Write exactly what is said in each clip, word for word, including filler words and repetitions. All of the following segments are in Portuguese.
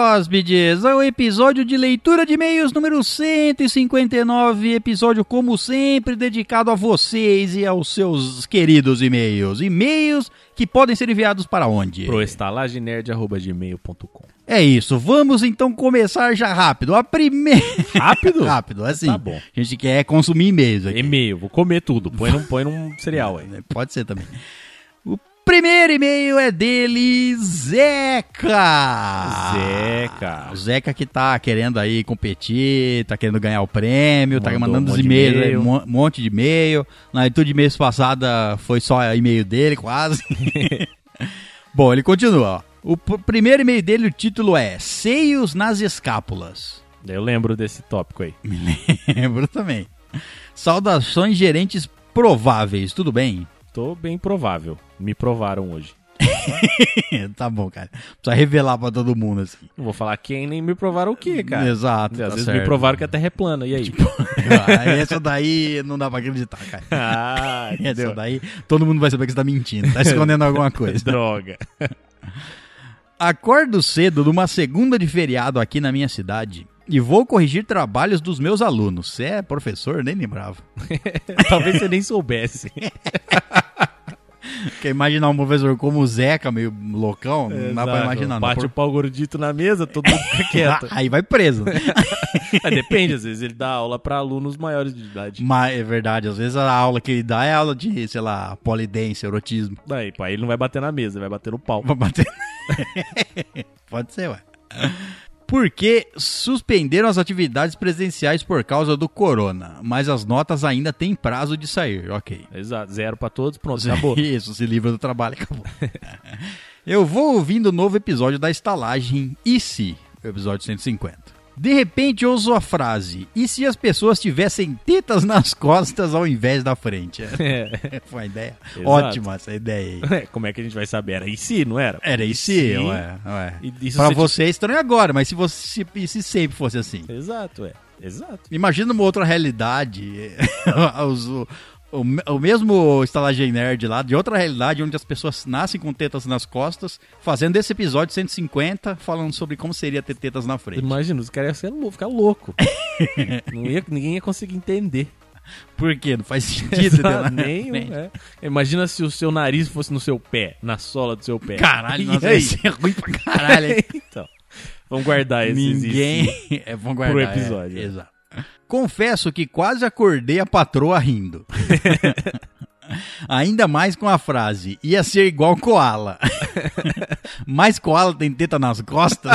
hóspedes, ao episódio de leitura de e-mails número cento e cinquenta e nove, episódio como sempre dedicado a vocês e aos seus queridos e-mails. E-mails que podem ser enviados para onde? Pro estalagenerd arroba gmail ponto com. É isso, vamos então começar já rápido. A primeira... Rápido? Rápido, assim. Tá bom. A gente quer consumir e-mails aqui. E-mail, vou comer tudo. Põe num, põe num cereal aí. Pode ser também. O primeiro e-mail é dele, Zeca. Zeca. O Zeca que tá querendo aí competir, tá querendo ganhar o prêmio, Mandou tá mandando um os monte de e-mails, e-mail. um monte de e-mail. Na leitura de e-mails passada foi só e-mail dele, quase. Bom, ele continua, ó. O p- primeiro e-mail dele, o título é Seios nas Escápulas. Eu lembro desse tópico aí. Me lembro também. Saudações, gerentes prováveis, tudo bem? Tô bem provável. Me provaram hoje. Tá bom, cara. Precisa revelar pra todo mundo, assim. Não vou falar quem nem me provaram o quê, cara. Exato, Às tá vezes certo. me provaram que a Terra é plana. E aí? Ah, essa daí não dá pra acreditar, cara. Ah, Essa entendeu? daí todo mundo vai saber que você tá mentindo, tá escondendo alguma coisa. Droga. Acordo cedo numa segunda de feriado aqui na minha cidade e vou corrigir trabalhos dos meus alunos. Você é professor? Nem lembrava. Talvez você nem soubesse. Quer imaginar um professor como o Zeca, meio loucão? Não dá pra Exato. imaginar. não. Bate o pau gordito na mesa, todo mundo fica quieto. Aí vai preso. Ah, depende, às vezes ele dá aula pra alunos maiores de idade. Mas é verdade, às vezes a aula que ele dá é aula de, sei lá, polidência, erotismo. Daí, pô, aí ele não vai bater na mesa, ele vai bater no pau. Vai bater. Pode ser, ué. Porque suspenderam as atividades presenciais por causa do corona, mas as notas ainda têm prazo de sair, ok. Exato, zero pra todos, pronto, acabou. Isso, se livra do trabalho, acabou. Eu vou ouvindo o novo episódio da estalagem E se? O episódio cento e cinquenta. De repente ouço a frase, e se as pessoas tivessem tetas nas costas ao invés da frente? É. Foi uma ideia Exato. ótima, essa ideia aí. É, como é que a gente vai saber? Era e se, não era? Era e se, ué, ué. E- e se Pra você você é estranho agora, mas se você e se sempre fosse assim? Exato, é. Exato. Imagina uma outra realidade, os- o, o, o mesmo estalagem nerd lá, de outra realidade, onde as pessoas nascem com tetas nas costas, fazendo esse episódio cento e cinquenta, falando sobre como seria ter tetas na frente. Imagina, os caras iam ser lou- ficar louco. Não ia, ninguém ia conseguir entender. Por quê? Não faz sentido. Exato, né? nenhum, é. Imagina se o seu nariz fosse no seu pé, na sola do seu pé. Caralho, E nossa, aí? isso é ruim pra caralho. hein? Então, vamos guardar esse Ninguém... É bom guardar. pro episódio, é, é. exato. Confesso que quase acordei a patroa rindo. Ainda mais com a frase, ia ser igual koala. Mas koala tem teta nas costas?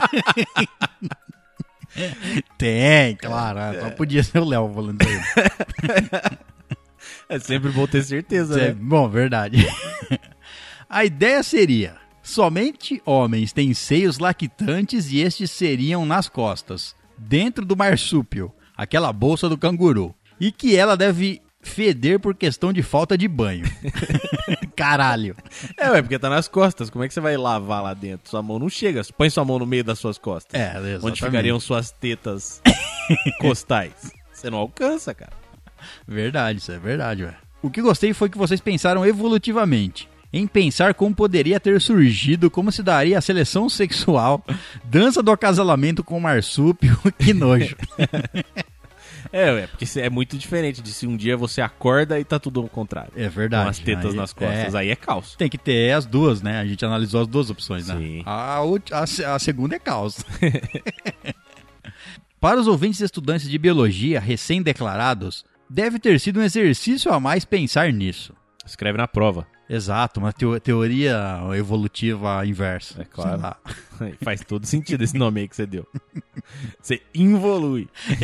Tem, claro. Só podia ser o Léo falando isso aí. É sempre bom ter certeza, É, né? bom, verdade. A ideia seria, somente homens têm seios lactantes e estes seriam nas costas, dentro do marsúpio, aquela bolsa do canguru, e que ela deve feder por questão de falta de banho. Caralho. É, ué, porque tá nas costas. Como é que você vai lavar lá dentro? Sua mão não chega. Põe sua mão no meio das suas costas. É, exatamente. Onde ficariam suas tetas costais. Você não alcança, cara. Verdade, isso é verdade, ué. O que gostei foi que vocês pensaram evolutivamente. Em pensar como poderia ter surgido, como se daria a seleção sexual, dança do acasalamento com o marsúpio, que nojo. É, ué, porque isso é muito diferente de se um dia você acorda e tá tudo ao contrário. É verdade. Com as tetas Aí- nas costas. é. Aí é caos. Tem que ter as duas, né? A gente analisou as duas opções, né? Sim. A, ulti- a, se- a segunda é caos. Para os ouvintes estudantes de biologia recém-declarados, deve ter sido um exercício a mais pensar nisso. Escreve na prova. Exato, uma teo- teoria evolutiva inversa. É claro. Sei lá. Faz todo sentido esse nome aí que você deu. Você involui.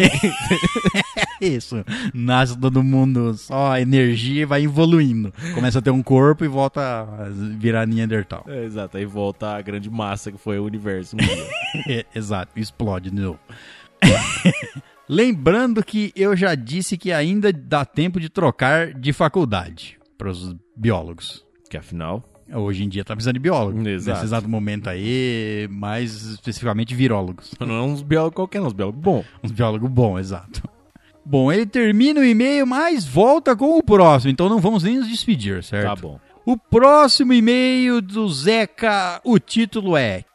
Isso. Nasce todo mundo só energia e vai evoluindo. Começa a ter um corpo e volta a virar Neandertal. É, exato, aí volta a grande massa que foi o universo um dia. É, exato, explode de novo. Lembrando que eu já disse que ainda dá tempo de trocar de faculdade para os biólogos. Que afinal... Hoje em dia tá precisando de biólogo. Exato. Nesse exato momento aí, mais especificamente virólogos. Não é uns biólogos qualquer, não, uns biólogos bons. Um biólogo bom, exato. Bom, ele termina o e-mail, mas volta com o próximo, então não vamos nem nos despedir, certo? Tá bom. O próximo e-mail do Zeca, o título é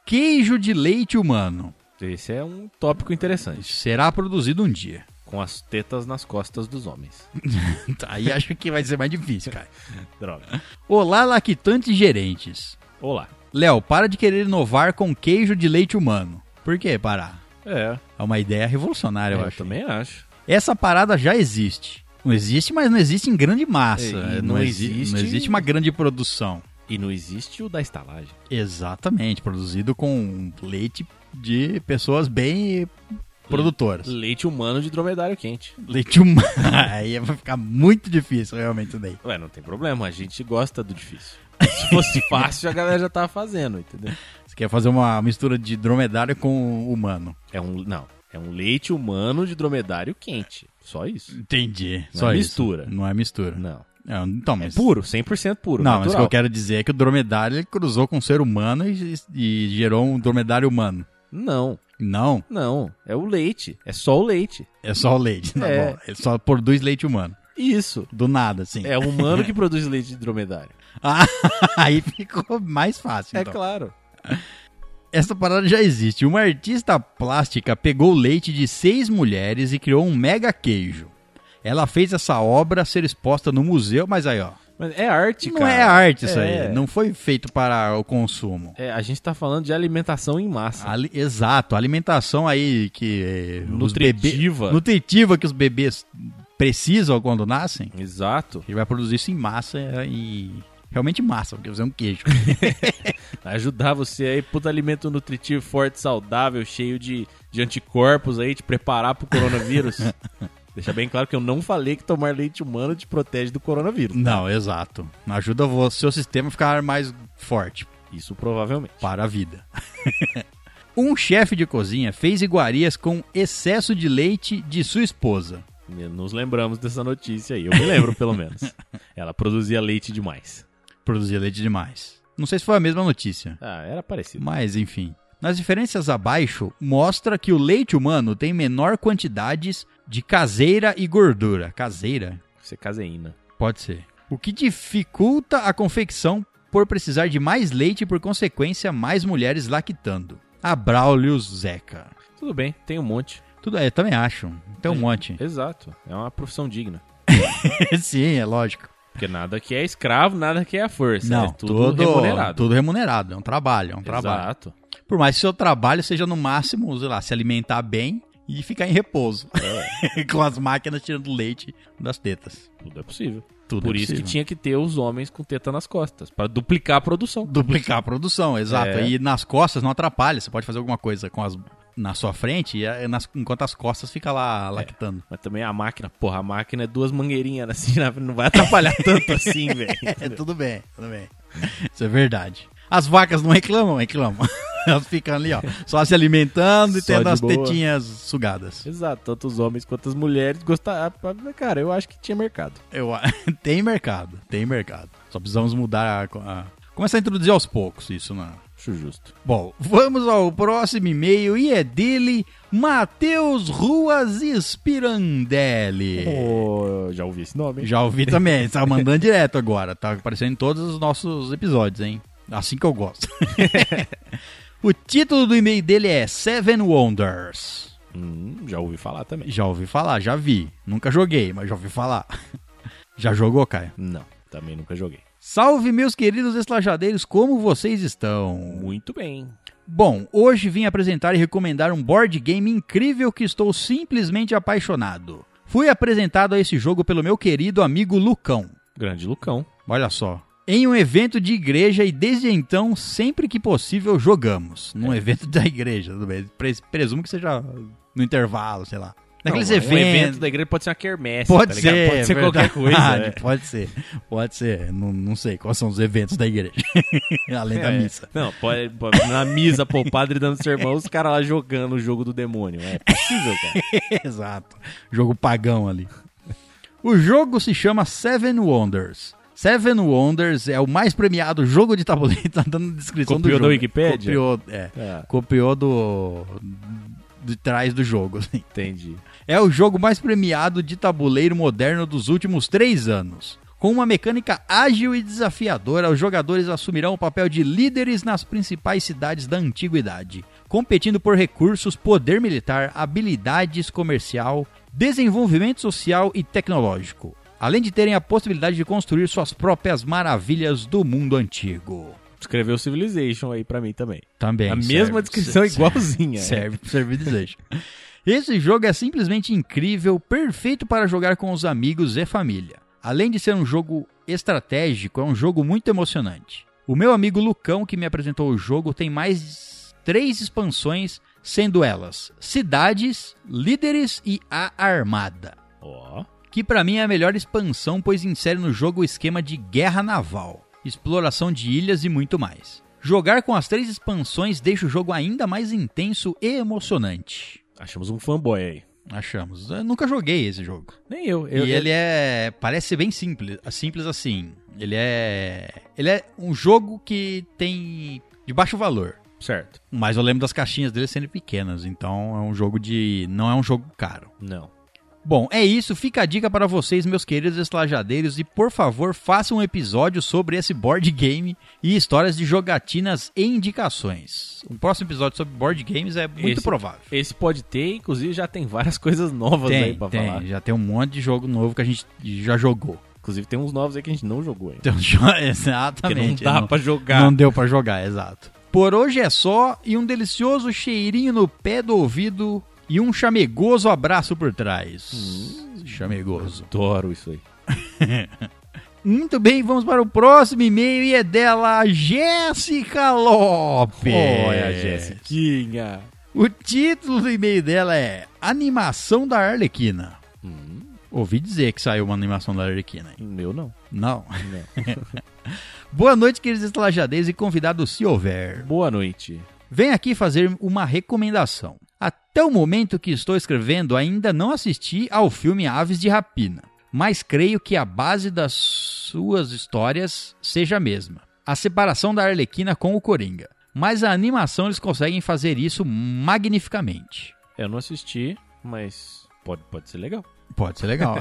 queijo de leite humano. Esse é um tópico interessante. Será produzido um dia. Com as tetas nas costas dos homens. Aí acho que vai ser mais difícil, cara. Droga. Olá, lactantes gerentes. Olá. Léo, para de querer inovar com queijo de leite humano. Por que parar? É. É uma ideia revolucionária, eu eu acho. também acho. Essa parada já existe. Não existe, mas não existe em grande massa. E não, não exi- existe- não existe uma grande produção. E não existe o da estalagem. Exatamente, produzido com leite de pessoas bem produtoras. Leite humano de dromedário quente. Leite humano. Aí vai ficar muito difícil, realmente, daí. Ué, não tem problema, a gente gosta do difícil. Se fosse fácil, a galera já tava fazendo, entendeu? Você quer fazer uma mistura de dromedário com humano. É um, não, é um leite humano de dromedário quente. Só isso. Entendi. Não Só é isso. mistura. Não é mistura. Não. É, então, mas... Puro, cem por cento puro, Não, mas o que natural. eu quero dizer é que o dromedário ele cruzou com um ser humano e, e gerou um dromedário humano. Não, Não, não. É o leite. É só o leite. é só o leite. Tá É. bom. Ele só produz leite humano. Isso. Do nada, assim. É o humano que produz leite de dromedário. Ah, aí ficou mais fácil, É então. claro. Essa parada já existe. Uma artista plástica pegou o leite de seis mulheres e criou um mega queijo. Ela fez essa obra ser exposta no museu, mas aí, ó. Mas é arte, Não cara. é arte isso É. aí. Não foi feito para o consumo. É, a gente tá falando de alimentação em massa. Ali- exato, a alimentação aí que eh, os Nutritiva. bebê- nutritiva que os bebês precisam quando nascem, Exato. ele vai produzir isso em massa eh, e realmente massa, porque você é um queijo. Ajudar você aí, puta alimento nutritivo, forte, saudável, cheio de, de anticorpos aí, te preparar pro coronavírus. Deixa bem claro que eu não falei que tomar leite humano te protege do coronavírus. Não, exato. Ajuda o seu sistema a ficar mais forte Isso provavelmente. para a vida. Um chefe de cozinha fez iguarias com excesso de leite de sua esposa. Nos lembramos dessa notícia aí. Eu me lembro, pelo menos. Ela produzia leite demais. Produzia leite demais. Não sei se foi a mesma notícia. Ah, era parecido. Mas, enfim. Nas diferenças abaixo, mostra que o leite humano tem menor quantidades de caseira e gordura. Caseira? Isso é caseína. Pode ser. O que dificulta a confecção por precisar de mais leite e, por consequência, mais mulheres lactando. Abraulius Zeca. Tudo bem, tem um monte. Tudo é, também acho. Tem um monte. Exato. É uma profissão digna. Sim, é lógico. Porque nada que é escravo, nada que é a força. Não, é tudo, remunerado. Tudo remunerado. É um trabalho, é um trabalho. Exato. Por mais que o seu trabalho seja no máximo, sei lá, se alimentar bem e ficar em repouso. É. Com as máquinas tirando leite das tetas. Tudo é possível. Tudo Por é isso possível. que tinha que ter os homens com teta nas costas, para duplicar a produção. Duplicar a produção, exato. É. E nas costas não atrapalha. Você pode fazer alguma coisa com as, na sua frente e eh, nas- enquanto as costas fica lá lactando. Mas também a máquina, porra, a máquina é duas mangueirinhas assim, não vai atrapalhar tanto assim, velho. É, tudo bem, tudo bem. Isso é verdade. As vacas não reclamam, reclamam. Elas ficam ali, ó, só se alimentando e Só tendo de as boa. tetinhas sugadas. Exato, tanto os homens quanto as mulheres gostaram. Cara, eu acho que tinha mercado. Eu, tem mercado, tem mercado. Só precisamos mudar a, a- começar a introduzir aos poucos isso, né? Acho justo. Bom, vamos ao próximo e-mail e é dele, Matheus Ruas Spirandelli. Oh, já ouvi esse nome, hein? Já ouvi também, tá mandando direto agora, tá aparecendo em todos os nossos episódios, hein? Assim que eu gosto. O título do e-mail dele é Seven Wonders. Hum, já ouvi falar também. Já ouvi falar, já vi. Nunca joguei, mas já ouvi falar. Já jogou, Caio? Não, também nunca joguei. Salve, meus queridos estlajadeiros, como vocês estão? Muito bem. Bom, hoje vim apresentar e recomendar um board game incrível que estou simplesmente apaixonado. Fui apresentado a esse jogo pelo meu querido amigo Lucão. Grande Lucão. Olha só. Em um evento de igreja e desde então, sempre que possível, jogamos. Num evento da igreja, tudo bem. Pres- Presumo que seja no intervalo, sei lá. Naqueles Não, eventos. Um evento da igreja pode ser uma quermesse, Pode tá ligado? ser, Pode ser verdade. qualquer coisa. né? Pode ser, pode ser. Não, não sei quais são os eventos da igreja. Além da É. missa. Não, pode, pode- na missa, pô, o padre dando sermão, os caras lá jogando o jogo do demônio. É possível, cara. Exato. Jogo pagão ali. O jogo se chama Seven Wonders. Seven Wonders é o mais premiado jogo de tabuleiro. Tá dando descrição Copiou do da jogo. Wikipédia? Copiou, é. É, Copiou do... de trás do jogo, assim. entendi. É o jogo mais premiado de tabuleiro moderno dos últimos três anos. Com uma mecânica ágil e desafiadora, os jogadores assumirão o papel de líderes nas principais cidades da antiguidade, competindo por recursos, poder militar, habilidades comercial, desenvolvimento social e tecnológico, além de terem a possibilidade de construir suas próprias maravilhas do mundo antigo. Escreveu Civilization aí pra mim também. Também. A serve, mesma descrição serve, igualzinha. Serve pro Civilization. Esse jogo é simplesmente incrível, perfeito para jogar com os amigos e família. Além de ser um jogo estratégico, é um jogo muito emocionante. O meu amigo Lucão, que me apresentou o jogo, tem mais três expansões, sendo elas Cidades, Líderes e A Armada. Ó. Que pra mim é a melhor expansão, pois insere no jogo o esquema de guerra naval, exploração de ilhas e muito mais. Jogar com as três expansões deixa o jogo ainda mais intenso e emocionante. Achamos um fanboy aí. Achamos. Eu nunca joguei esse jogo. Nem eu. eu e eu... ele é... parece ser bem simples. Simples assim. Ele é... Ele é um jogo que tem de baixo valor. Certo. Mas eu lembro das caixinhas dele sendo pequenas. Então é um jogo de... Não é um jogo caro. Não. Bom, é isso. Fica a dica para vocês, meus queridos estalajadeiros. E, por favor, façam um episódio sobre esse board game e histórias de jogatinas e indicações. O próximo episódio sobre board games é muito esse, provável. Esse pode ter, inclusive já tem várias coisas novas tem, aí pra tem. falar. Já tem um monte de jogo novo que a gente já jogou. Inclusive tem uns novos aí que a gente não jogou ainda. Então, exatamente. Porque não dá não, pra jogar. Não deu pra jogar, exato. Por hoje é só, e um delicioso cheirinho no pé do ouvido e um chamegoso abraço por trás. Hum, chamegoso. Adoro isso aí. Muito bem, vamos para o próximo e-mail e é dela, Jéssica Lopes. Olha, Jéssiquinha. O título do e-mail dela é Animação da Arlequina. Hum. Ouvi dizer que saiu uma animação da Arlequina. Meu não. Não. Não. Boa noite, queridos estalajadeiros e convidados, se houver. Boa noite. Venho aqui fazer uma recomendação. Até o momento que estou escrevendo, ainda não assisti ao filme Aves de Rapina, mas creio que a base das suas histórias seja a mesma. A separação da Arlequina com o Coringa. Mas a animação eles conseguem fazer isso magnificamente. Eu não assisti, mas pode, pode ser legal. Pode ser legal.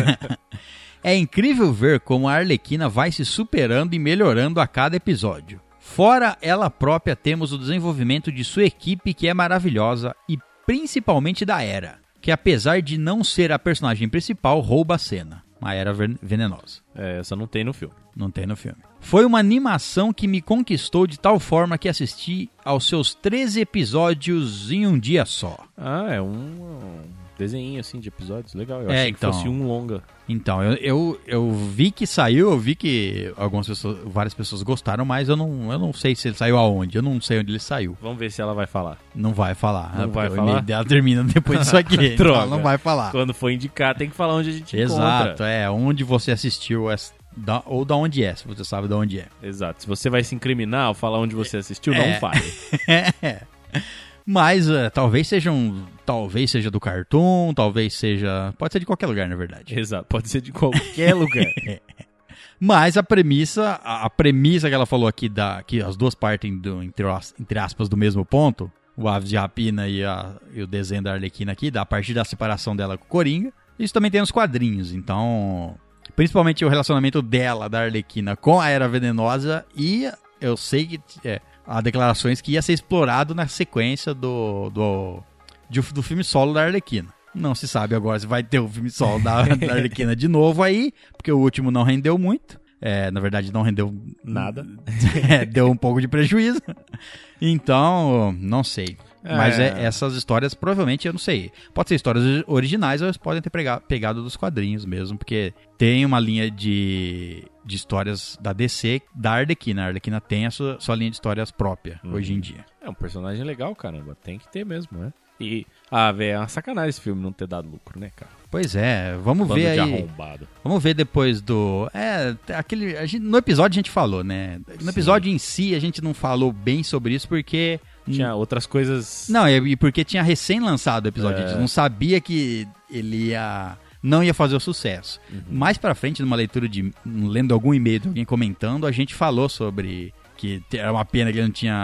É incrível ver como a Arlequina vai se superando e melhorando a cada episódio. Fora ela própria, temos o desenvolvimento de sua equipe, que é maravilhosa, e principalmente da Hera, que apesar de não ser a personagem principal, rouba a cena. A Hera venenosa. É, essa não tem no filme. Não tem no filme. Foi uma animação que me conquistou de tal forma que assisti aos seus treze episódios em um dia só. Ah, é um desenho assim de episódios. Legal. Eu É, achei então. que fosse um longa. Então, eu, eu, eu vi que saiu, eu vi que algumas pessoas, várias pessoas gostaram, mas eu não, eu não sei se ele saiu aonde, eu não sei onde ele saiu. Vamos ver se ela vai falar. Não vai falar. Não né? vai Porque falar? O e-mail dela termina depois disso aqui. Então ela não vai falar. Quando for indicar, tem que falar onde a gente Exato, encontra. é. Onde você assistiu, essa- da- ou da onde é, se você sabe de onde é. Exato. Se você vai se incriminar ao falar onde você assistiu, É. não fale. É. Mas uh, talvez seja um, talvez seja do Cartoon, talvez seja... Pode ser de qualquer lugar, na verdade. Exato. Pode ser de qualquer lugar. Mas a premissa, a, a premissa que ela falou aqui, da, que as duas partem, do, entre, as- entre aspas, do mesmo ponto, o Aves de Rapina e, a, e o desenho da Arlequina aqui, da, a partir da separação dela com o Coringa, isso também tem nos quadrinhos, então... Principalmente o relacionamento dela, da Arlequina, com a Era Venenosa, e eu sei que é, há declarações que ia ser explorado na sequência do, do, de, do filme solo da Arlequina. Não se sabe agora se vai ter o filme solo da, da Arlequina de novo aí, porque o último não rendeu muito. É, na verdade, não rendeu Nada. É, deu um pouco de prejuízo. Então, não sei. É. Mas é, essas histórias, provavelmente, eu não sei. Pode ser histórias originais ou eles podem ter pega- pegado dos quadrinhos mesmo, porque tem uma linha de, de histórias da D C, da Arlequina. A Arlequina tem a sua, sua linha de histórias própria, Uhum. hoje em dia. É um personagem legal, caramba. Tem que ter mesmo, né? E, ah, velho, é uma sacanagem esse filme não ter dado lucro, né, cara? Pois é, vamos Bando ver de aí. arrombado. Vamos ver depois do... É, aquele... A gente, no episódio a gente falou, né? No episódio em si a gente não falou bem sobre isso porque... Tinha outras coisas... Não, e e porque tinha recém-lançado o episódio. É. A gente não sabia que ele ia... Não ia fazer o sucesso. Uhum. Mais pra frente, numa leitura de... Lendo algum e-mail de alguém comentando, a gente falou sobre... Que era uma pena que ele não tinha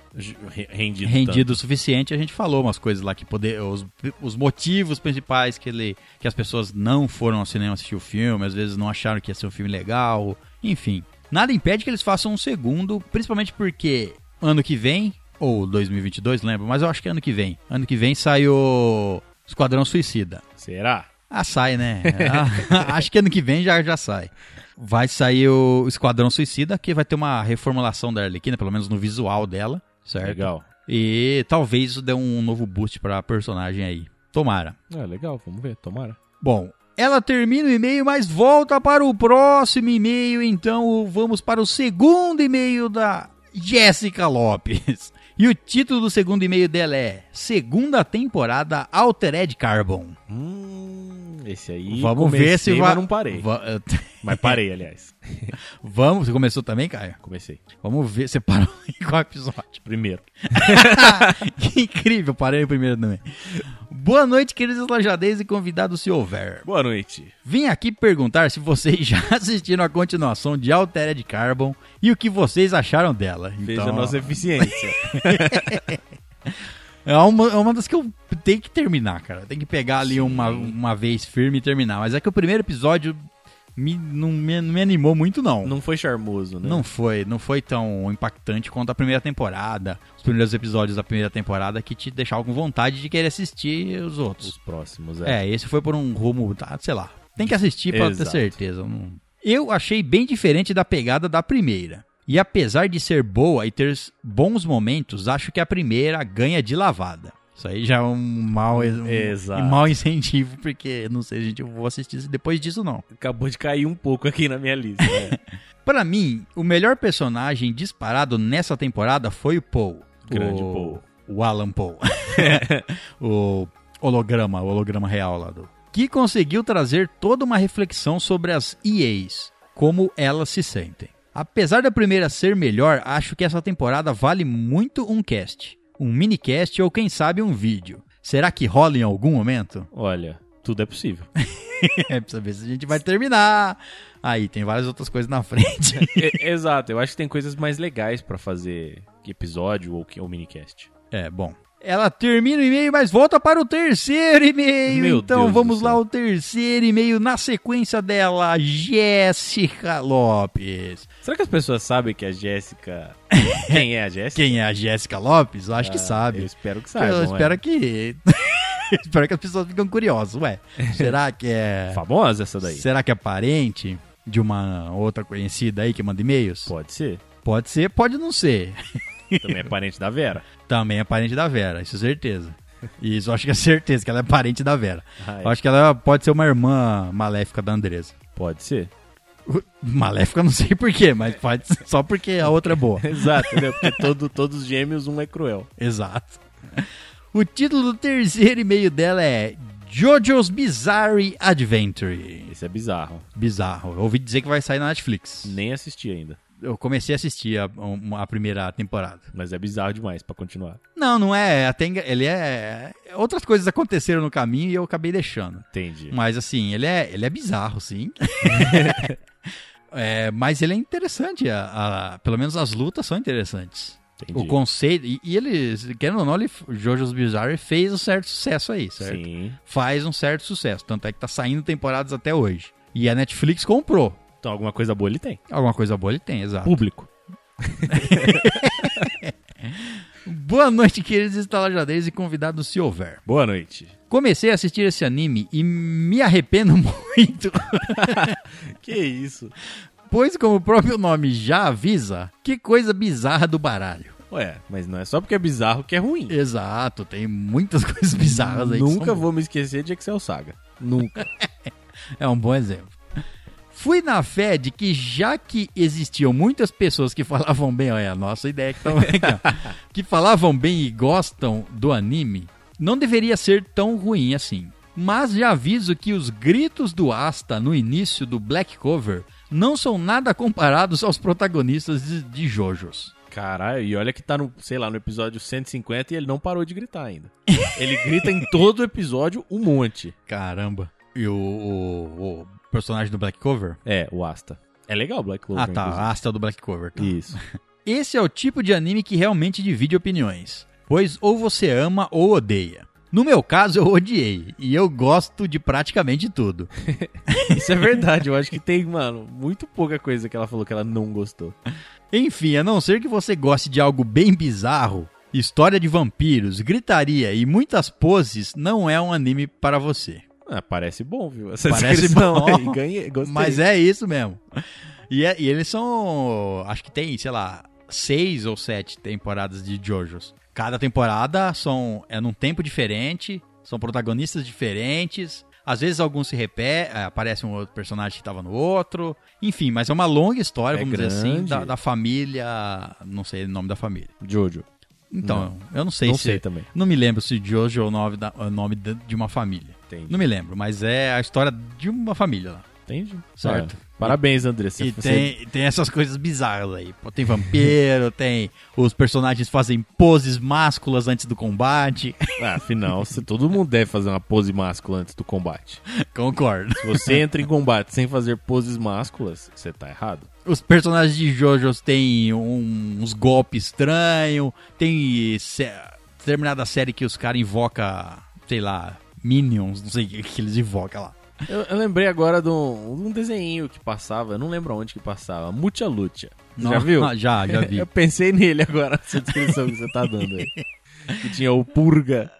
rendido rendido o suficiente. A gente falou umas coisas lá que poder, os, os motivos principais que, ele, que as pessoas não foram ao cinema assistir o filme, às vezes não acharam que ia ser um filme legal, enfim. Nada impede que eles façam um segundo, principalmente porque ano que vem, ou dois mil e vinte e dois, lembro, mas eu acho que é ano que vem. Ano que vem sai o Esquadrão Suicida. Será? Ah, sai, né? Ah, acho que ano que vem já, já sai. Vai sair o Esquadrão Suicida, que vai ter uma reformulação da Arlequina, pelo menos no visual dela, certo? Legal. E talvez isso dê um novo boost pra personagem aí. Tomara. É, legal, vamos ver, tomara. Bom, ela termina o e-mail, mas volta para o próximo e-mail, então vamos para o segundo e-mail da Jéssica Lopes. E o título do segundo e-mail dela é Segunda Temporada Altered Carbon. Hum, esse aí vamos comecei, ver se vai... mas não parei. Va... Mas parei, aliás. Vamos, você começou também, Caio? Comecei. Vamos ver, você parou em qual episódio? Primeiro. Que incrível, parei o primeiro também. Boa noite, queridos lajadeiros e convidados, se houver. Boa noite. Vim aqui perguntar se vocês já assistiram a continuação de Altered Carbon e o que vocês acharam dela. Veja Então, a nossa eficiência. É uma, é uma das que eu tenho que terminar, cara. Tem que pegar ali uma, uma vez firme e terminar. Mas é que o primeiro episódio me, não, me, não me animou muito, não. Não foi charmoso, né? Não foi. Não foi tão impactante quanto a primeira temporada. Os primeiros episódios da primeira temporada que te deixavam com vontade de querer assistir os outros. Os próximos, é. É, esse foi por um rumo, tá, sei lá. Tem que assistir pra Exato. ter certeza. Não... Eu achei bem diferente da pegada da primeira. E apesar de ser boa e ter bons momentos, acho que a primeira ganha de lavada. Isso aí já é um mau, um, Exato. um mau incentivo, porque não sei, gente, eu vou assistir depois disso não. Acabou de cair um pouco aqui na minha lista. Né? Pra mim, o melhor personagem disparado nessa temporada foi o Paul. Grande o, Paul. O Alan Paul. O holograma, o holograma real lá do... Que conseguiu trazer toda uma reflexão sobre as E As, como elas se sentem. Apesar da primeira ser melhor, acho que essa temporada vale muito um cast. Um minicast ou quem sabe um vídeo. Será que rola em algum momento? Olha, tudo é possível. É pra saber se a gente vai terminar. Aí, tem várias outras coisas na frente. É, exato, eu acho que tem coisas mais legais pra fazer que episódio ou, que, ou minicast. É, bom. Ela termina o e-mail, mas volta para o terceiro e-mail. Meu Então Deus vamos do lá, céu. o terceiro e-mail na sequência dela, Jéssica Lopes. Será que as pessoas sabem que a Jéssica... Quem é a Jéssica? Quem é a Jéssica Lopes? Eu acho que Ah, sabe. Eu espero que saibam. Eu é. espero que... espero que as pessoas fiquem curiosas. Ué, será que é... Famosa essa daí? Será que é parente de uma outra conhecida aí que manda e-mails? Pode ser. Pode ser, pode não ser. Também é parente da Vera. Também é parente da Vera, isso é certeza. Isso, eu acho que é certeza que ela é parente da Vera. Ah, é. Eu acho que ela pode ser uma irmã maléfica da Andresa. Pode ser. Maléfica eu não sei porquê, mas pode ser só porque a outra é boa. Exato, né? Porque todo, todos os gêmeos, um é cruel. Exato. O título do terceiro e-mail dela é JoJo's Bizarre Adventure. Esse é bizarro. Bizarro. Eu ouvi dizer que vai sair na Netflix. Nem assisti ainda. Eu comecei a assistir a, a primeira temporada. Mas é bizarro demais pra continuar. Não, não é. Até, ele é... Outras coisas aconteceram no caminho e eu acabei deixando. Entendi. Mas assim, ele é, ele é bizarro, sim. É, mas ele é interessante. A, a, pelo menos as lutas são interessantes. Entendi. O conceito... E, e eles, querendo ou não, ele, JoJo's Bizarre fez um certo sucesso aí, certo? Sim. Faz um certo sucesso. Tanto é que tá saindo temporadas até hoje. E a Netflix comprou. Então alguma coisa boa ele tem. Alguma coisa boa ele tem, exato. Público. Boa noite, queridos estalajadeiros e convidados, se houver. Boa noite. Comecei a assistir esse anime e me arrependo muito. Que isso? Pois, como o próprio nome já avisa, que coisa bizarra do baralho. Ué, mas não é só porque é bizarro que é ruim. Exato, tem muitas coisas bizarras aí. que Nunca são vou me esquecer de Excel Saga. Nunca. É um bom exemplo. Fui na fé de que já que existiam muitas pessoas que falavam bem, olha, a nossa ideia que, tava aqui, ó, que falavam bem e gostam do anime, não deveria ser tão ruim assim. Mas já aviso que os gritos do Asta no início do Black Cover não são nada comparados aos protagonistas de, de JoJo's. Caralho, e olha que tá no, sei lá, no episódio cento e cinquenta e ele não parou de gritar ainda. Ele grita em todo o episódio um monte. Caramba. E o, o, o personagem do Black Cover? É, o Asta. É legal o Black Clover. Ah, tá. inclusive. A Asta do Black Cover. Tá. Isso. esse é o tipo de anime que realmente divide opiniões, pois ou você ama ou odeia. No meu caso, eu odiei, e eu gosto de praticamente tudo. Isso é verdade, eu acho que tem, mano, muito pouca coisa que ela falou que ela não gostou. Enfim, a não ser que você goste de algo bem bizarro, história de vampiros, gritaria e muitas poses, não é um anime para você. Ah, parece bom, viu? Essa Parece descrição bom, aí, ganhei, gostei. Mas é isso mesmo. E, é- e eles são, acho que tem, sei lá, seis ou sete temporadas de JoJo's. Cada temporada são, é num tempo diferente, são protagonistas diferentes. Às vezes alguns se repetem, aparece um outro personagem que estava no outro. Enfim, mas é uma longa história, É vamos dizer assim, grande. da, da família. Não sei o nome da família. Jojo. Então, eu não sei Não se. sei também. Não me lembro se Jojo é o nome, da, o nome de de uma família. Entendi. Não me lembro, mas é a história de uma família lá. Entendi. Certo. Ah, parabéns, André. Você, E você- tem, tem essas coisas bizarras aí. Pô, tem vampiro, tem. Os personagens fazem poses másculas antes do combate. Ah, afinal, você- todo mundo deve fazer uma pose máscula antes do combate. Concordo. Se você entra em combate sem fazer poses másculas, você tá errado. Os personagens de JoJo têm um- uns golpes estranhos. Tem sé- determinada série que os caras invocam, sei lá, Minions, não sei o que, que eles invocam lá. Eu, eu lembrei agora de um, de um desenho que passava, eu não lembro onde que passava, Mucha Lucha. Você já Não- viu? Ah, Já, já vi. Eu pensei nele agora, essa descrição que você tá dando aí. Que tinha o Purga.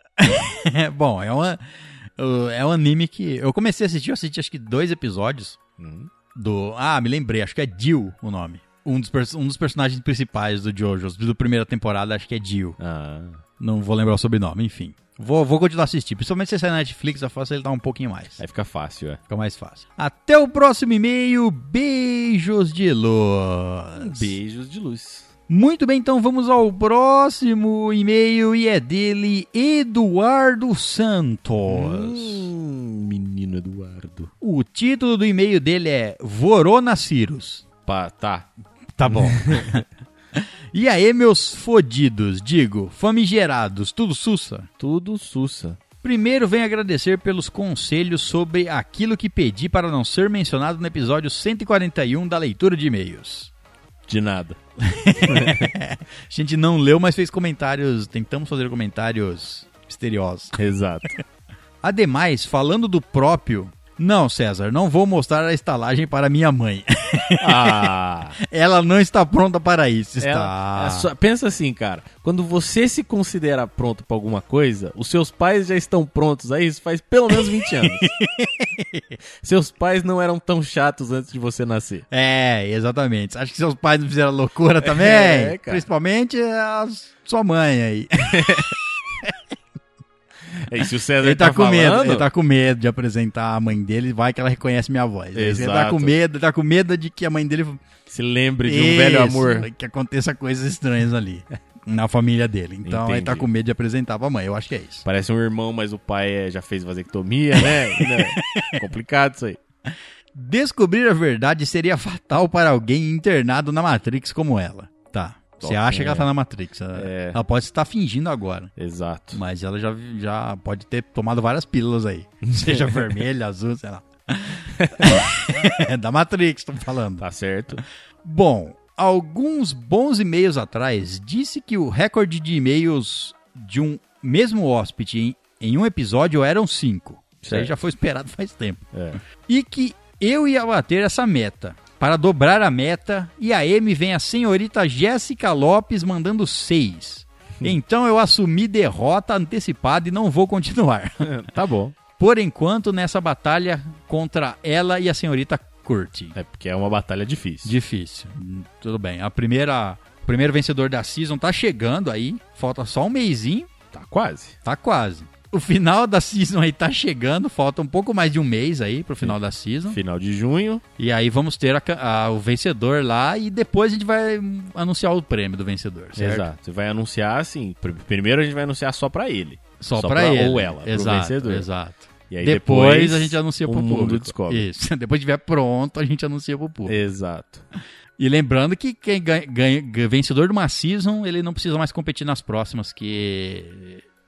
Bom, é, uma, é um anime que eu comecei a assistir, eu assisti acho que dois episódios Hum. do... Ah, me lembrei, acho que é Jill o nome. Um dos, pers- um dos personagens principais do JoJo, da primeira temporada, acho que é Jill. Ah, Não vou lembrar o sobrenome, enfim. Vou, vou continuar a assistir, principalmente se sair na Netflix, eu faço ele dar um pouquinho mais. aí fica fácil, é. Fica mais fácil. Até o próximo e-mail, beijos de luz. Beijos de luz. Muito bem, então vamos ao próximo e-mail e é dele, Eduardo Santos. Hum, menino Eduardo. O título do e-mail dele é Vorona Cirus. Pá, tá. Tá bom. E aí, meus fodidos, digo, famigerados, tudo sussa? Tudo sussa. Primeiro venho agradecer pelos conselhos sobre aquilo que pedi para não ser mencionado no episódio cento e quarenta e um da leitura de e-mails. De nada. A gente não leu, mas fez comentários, tentamos fazer comentários misteriosos. Exato. Ademais, falando do próprio... Não, César, não vou mostrar a estalagem para minha mãe. Ah... Ela não está pronta para isso, está... Ela- é só- pensa assim, cara. Quando você se considera pronto pra alguma coisa, os seus pais já estão prontos a isso faz pelo menos vinte anos. Seus pais não eram tão chatos antes de você nascer. É, exatamente. Acho que seus pais não fizeram loucura também? É, cara. Principalmente a sua mãe aí. E se o César Ele tá, tá com medo, falando, ele tá com medo de apresentar a mãe dele, vai que ela reconhece minha voz. Ele tá Exato. com medo, tá com medo de que a mãe dele... se lembre de um Isso, velho amor. que aconteça coisas estranhas ali, na família dele. Então ele tá Entendi. com medo de apresentar pra mãe, eu acho que é isso. Parece um irmão, mas o pai é- já fez vasectomia, né? Né? Complicado isso aí. Descobrir a verdade seria fatal para alguém internado na Matrix como ela. Tá, você Ok, acha que ela é. tá na Matrix. Ela, É. ela pode estar fingindo agora. Exato. Mas ela já, já pode ter tomado várias pílulas aí. Seja vermelha, azul, sei lá. É da Matrix, tô falando. Tá certo. Bom, alguns bons e-mails atrás, disse que o recorde de e-mails de um mesmo hóspede em, em um episódio eram cinco. Isso aí Certo. já foi esperado faz tempo. É. E que eu ia bater essa meta. Para dobrar a meta, e aí me vem a senhorita Jéssica Lopes mandando seis. Então eu assumi derrota antecipada e não vou continuar. Tá bom. Por enquanto, nessa batalha contra ela e a senhorita Curti. É porque é uma batalha difícil. Difícil. Hum, Tudo bem. A primeira, o primeiro vencedor da season tá chegando aí. Falta só um mêsinho. Tá quase. Tá quase. O final da season aí tá chegando. Falta um pouco mais de um mês aí pro final da season. Final de junho. E aí vamos ter a ca- a- o vencedor lá. E depois a gente vai hum, anunciar o prêmio do vencedor, certo? Exato. Você vai anunciar assim. pr- Primeiro a gente vai anunciar só pra ele. Só, Só pra, pra- ele. ou ela, pro Exato, vencedor. exato. E aí depois, depois, a gente anuncia o pro mundo público. descobre. Isso. Depois que estiver pronto, a gente anuncia pro público. Exato. E lembrando que quem ganha, ganha- vencedor de uma season, ele não precisa mais competir nas próximas, que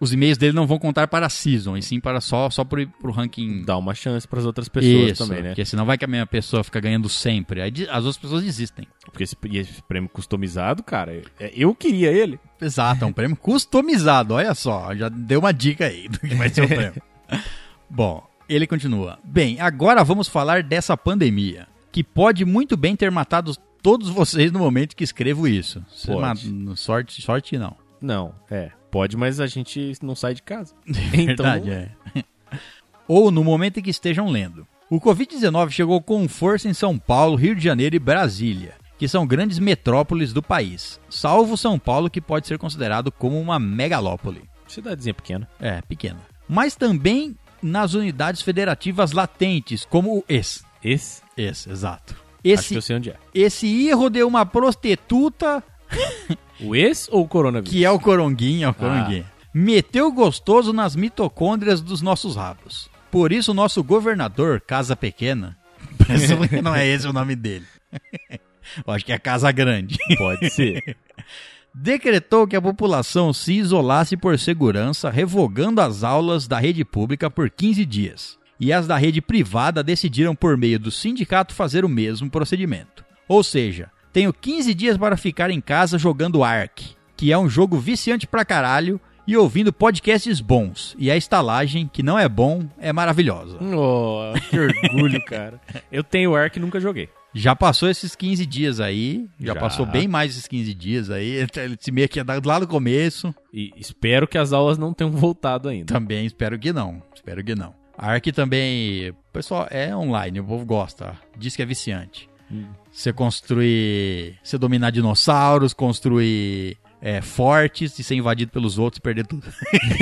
Os e-mails dele não vão contar para a season, e sim para só, só pro, pro ranking. Dá uma chance pras outras pessoas Isso, também, né? Porque senão vai que a mesma pessoa fica ganhando sempre. Aí de- as outras pessoas desistem. Porque esse, e esse prêmio customizado, cara, é- eu queria ele. Exato, é um prêmio customizado. Olha só, já deu uma dica aí do que vai ser o prêmio. Bom, ele continua. Bem, agora vamos falar dessa pandemia, que pode muito bem ter matado todos vocês no momento que escrevo isso. Você Pode. ma- sorte, sorte não. Não, é. Pode, mas a gente não sai de casa. Então, Verdade, é. Ou no momento em que estejam lendo. O covid dezenove chegou com força em São Paulo, Rio de Janeiro e Brasília, que são grandes metrópoles do país, salvo São Paulo, que pode ser considerado como uma megalópole. cidadezinha pequena. É, pequena. Mas também nas unidades federativas latentes, como o ex. Esse, Esse, exato. acho que Esse, eu sei onde é. esse erro de uma prostituta, O ex ou o coronavírus? que é o coronguinho, é o coronguinho, meteu gostoso nas mitocôndrias dos nossos rabos. Por isso, o nosso governador, Casa Pequena, presumo que não é esse o nome dele. Eu acho que é Casa Grande. Pode ser. Decretou que a população se isolasse por segurança, revogando as aulas da rede pública por quinze dias. E as da rede privada decidiram, por meio do sindicato, fazer o mesmo procedimento. Ou seja, tenho quinze dias para ficar em casa jogando Ark, que é um jogo viciante pra caralho, e ouvindo podcasts bons. E a estalagem, que não é bom, é maravilhosa. Oh, que orgulho, cara. Eu tenho Ark e nunca joguei. Já passou esses quinze dias aí, já, Já. passou bem mais esses quinze dias aí, esse meio que é lá do começo. E espero que as aulas não tenham voltado ainda. Também espero que não, espero que não. A Ark também, o pessoal, é online, o povo gosta, diz que é viciante. Hum. Você construir, você dominar dinossauros, construir é, fortes e ser invadido pelos outros e perder tudo.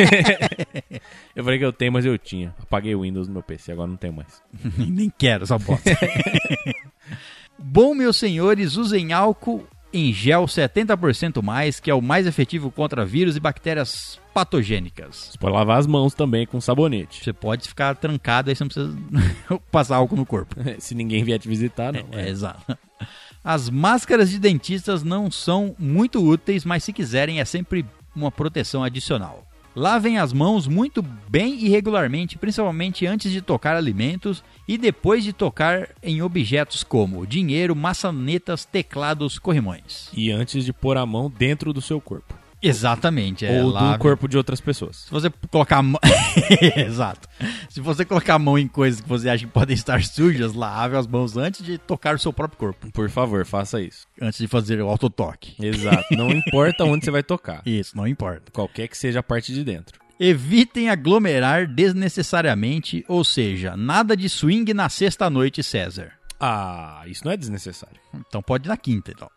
Eu falei que eu tenho, mas eu tinha. Apaguei o Windows no meu P C, agora não tenho mais. Nem quero essa bosta. Bom, meus senhores, usem álcool em gel setenta por cento mais, que é o mais efetivo contra vírus e bactérias patogênicas. Você pode lavar as mãos também com sabonete. Você pode ficar trancado, aí você não precisa passar álcool no corpo. Se ninguém vier te visitar, não. É, exato. As máscaras de dentistas não são muito úteis, mas se quiserem é sempre uma proteção adicional. Lavem as mãos muito bem e regularmente, principalmente antes de tocar alimentos e depois de tocar em objetos como dinheiro, maçanetas, teclados, corrimões. E antes de pôr a mão dentro do seu corpo. Exatamente. É, Ou lave. do corpo de outras pessoas. Se você colocar a mão... Exato. Se você colocar a mão em coisas que você acha que podem estar sujas, lave as mãos antes de tocar o seu próprio corpo. Por favor, faça isso. Antes de fazer o autotoque. Exato. Não importa onde você vai tocar. Isso, não importa. Qualquer que seja a parte de dentro. Evitem aglomerar desnecessariamente, ou seja, nada de swing na sexta-noite, César. Ah, isso não é desnecessário. Então pode ir na quinta, então.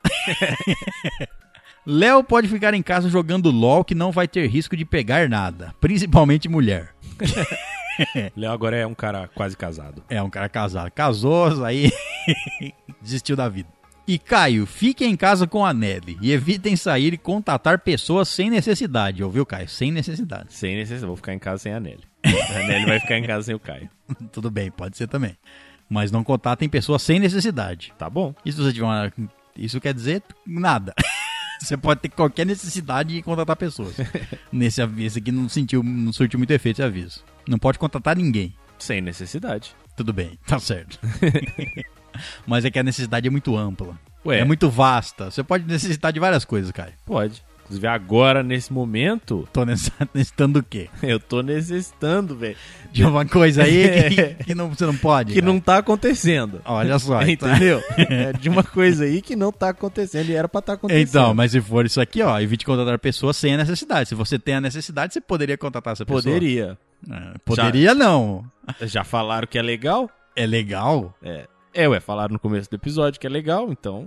Léo pode ficar em casa jogando LOL, que não vai ter risco de pegar nada, principalmente mulher. Léo agora é um cara quase casado. É um cara casado. Casou, aí desistiu da vida. E Caio, fique em casa com a Nelly e evitem sair e contatar pessoas sem necessidade. Ouviu, Caio? Sem necessidade. Sem necessidade. Vou ficar em casa sem a Nelly. A Nelly vai ficar em casa sem o Caio. Tudo bem, pode ser também. Mas não contatem pessoas sem necessidade. Tá bom. E se você tiver uma... Isso quer dizer nada. Você pode ter qualquer necessidade de contratar pessoas. Nesse aviso aqui não sentiu, não surtiu muito efeito esse aviso. Não pode contratar ninguém. Sem necessidade. Tudo bem, tá certo. Mas é que a necessidade é muito ampla. Ué. É muito vasta. Você pode necessitar de várias coisas, cara. Pode. Inclusive agora, nesse momento, Tô necessitando do quê? eu tô necessitando, velho. De uma coisa aí que, que não, você não pode. Que cara. não tá acontecendo. Olha só. então. Entendeu? É de uma coisa aí que não tá acontecendo e era pra tá acontecendo. Então, mas se for isso aqui, ó, evite contratar pessoas sem a necessidade. Se você tem a necessidade, você poderia contratar essa pessoa. Poderia. É, poderia não. Já falaram que é legal? É legal? É. É, ué, falaram no começo do episódio que é legal, então...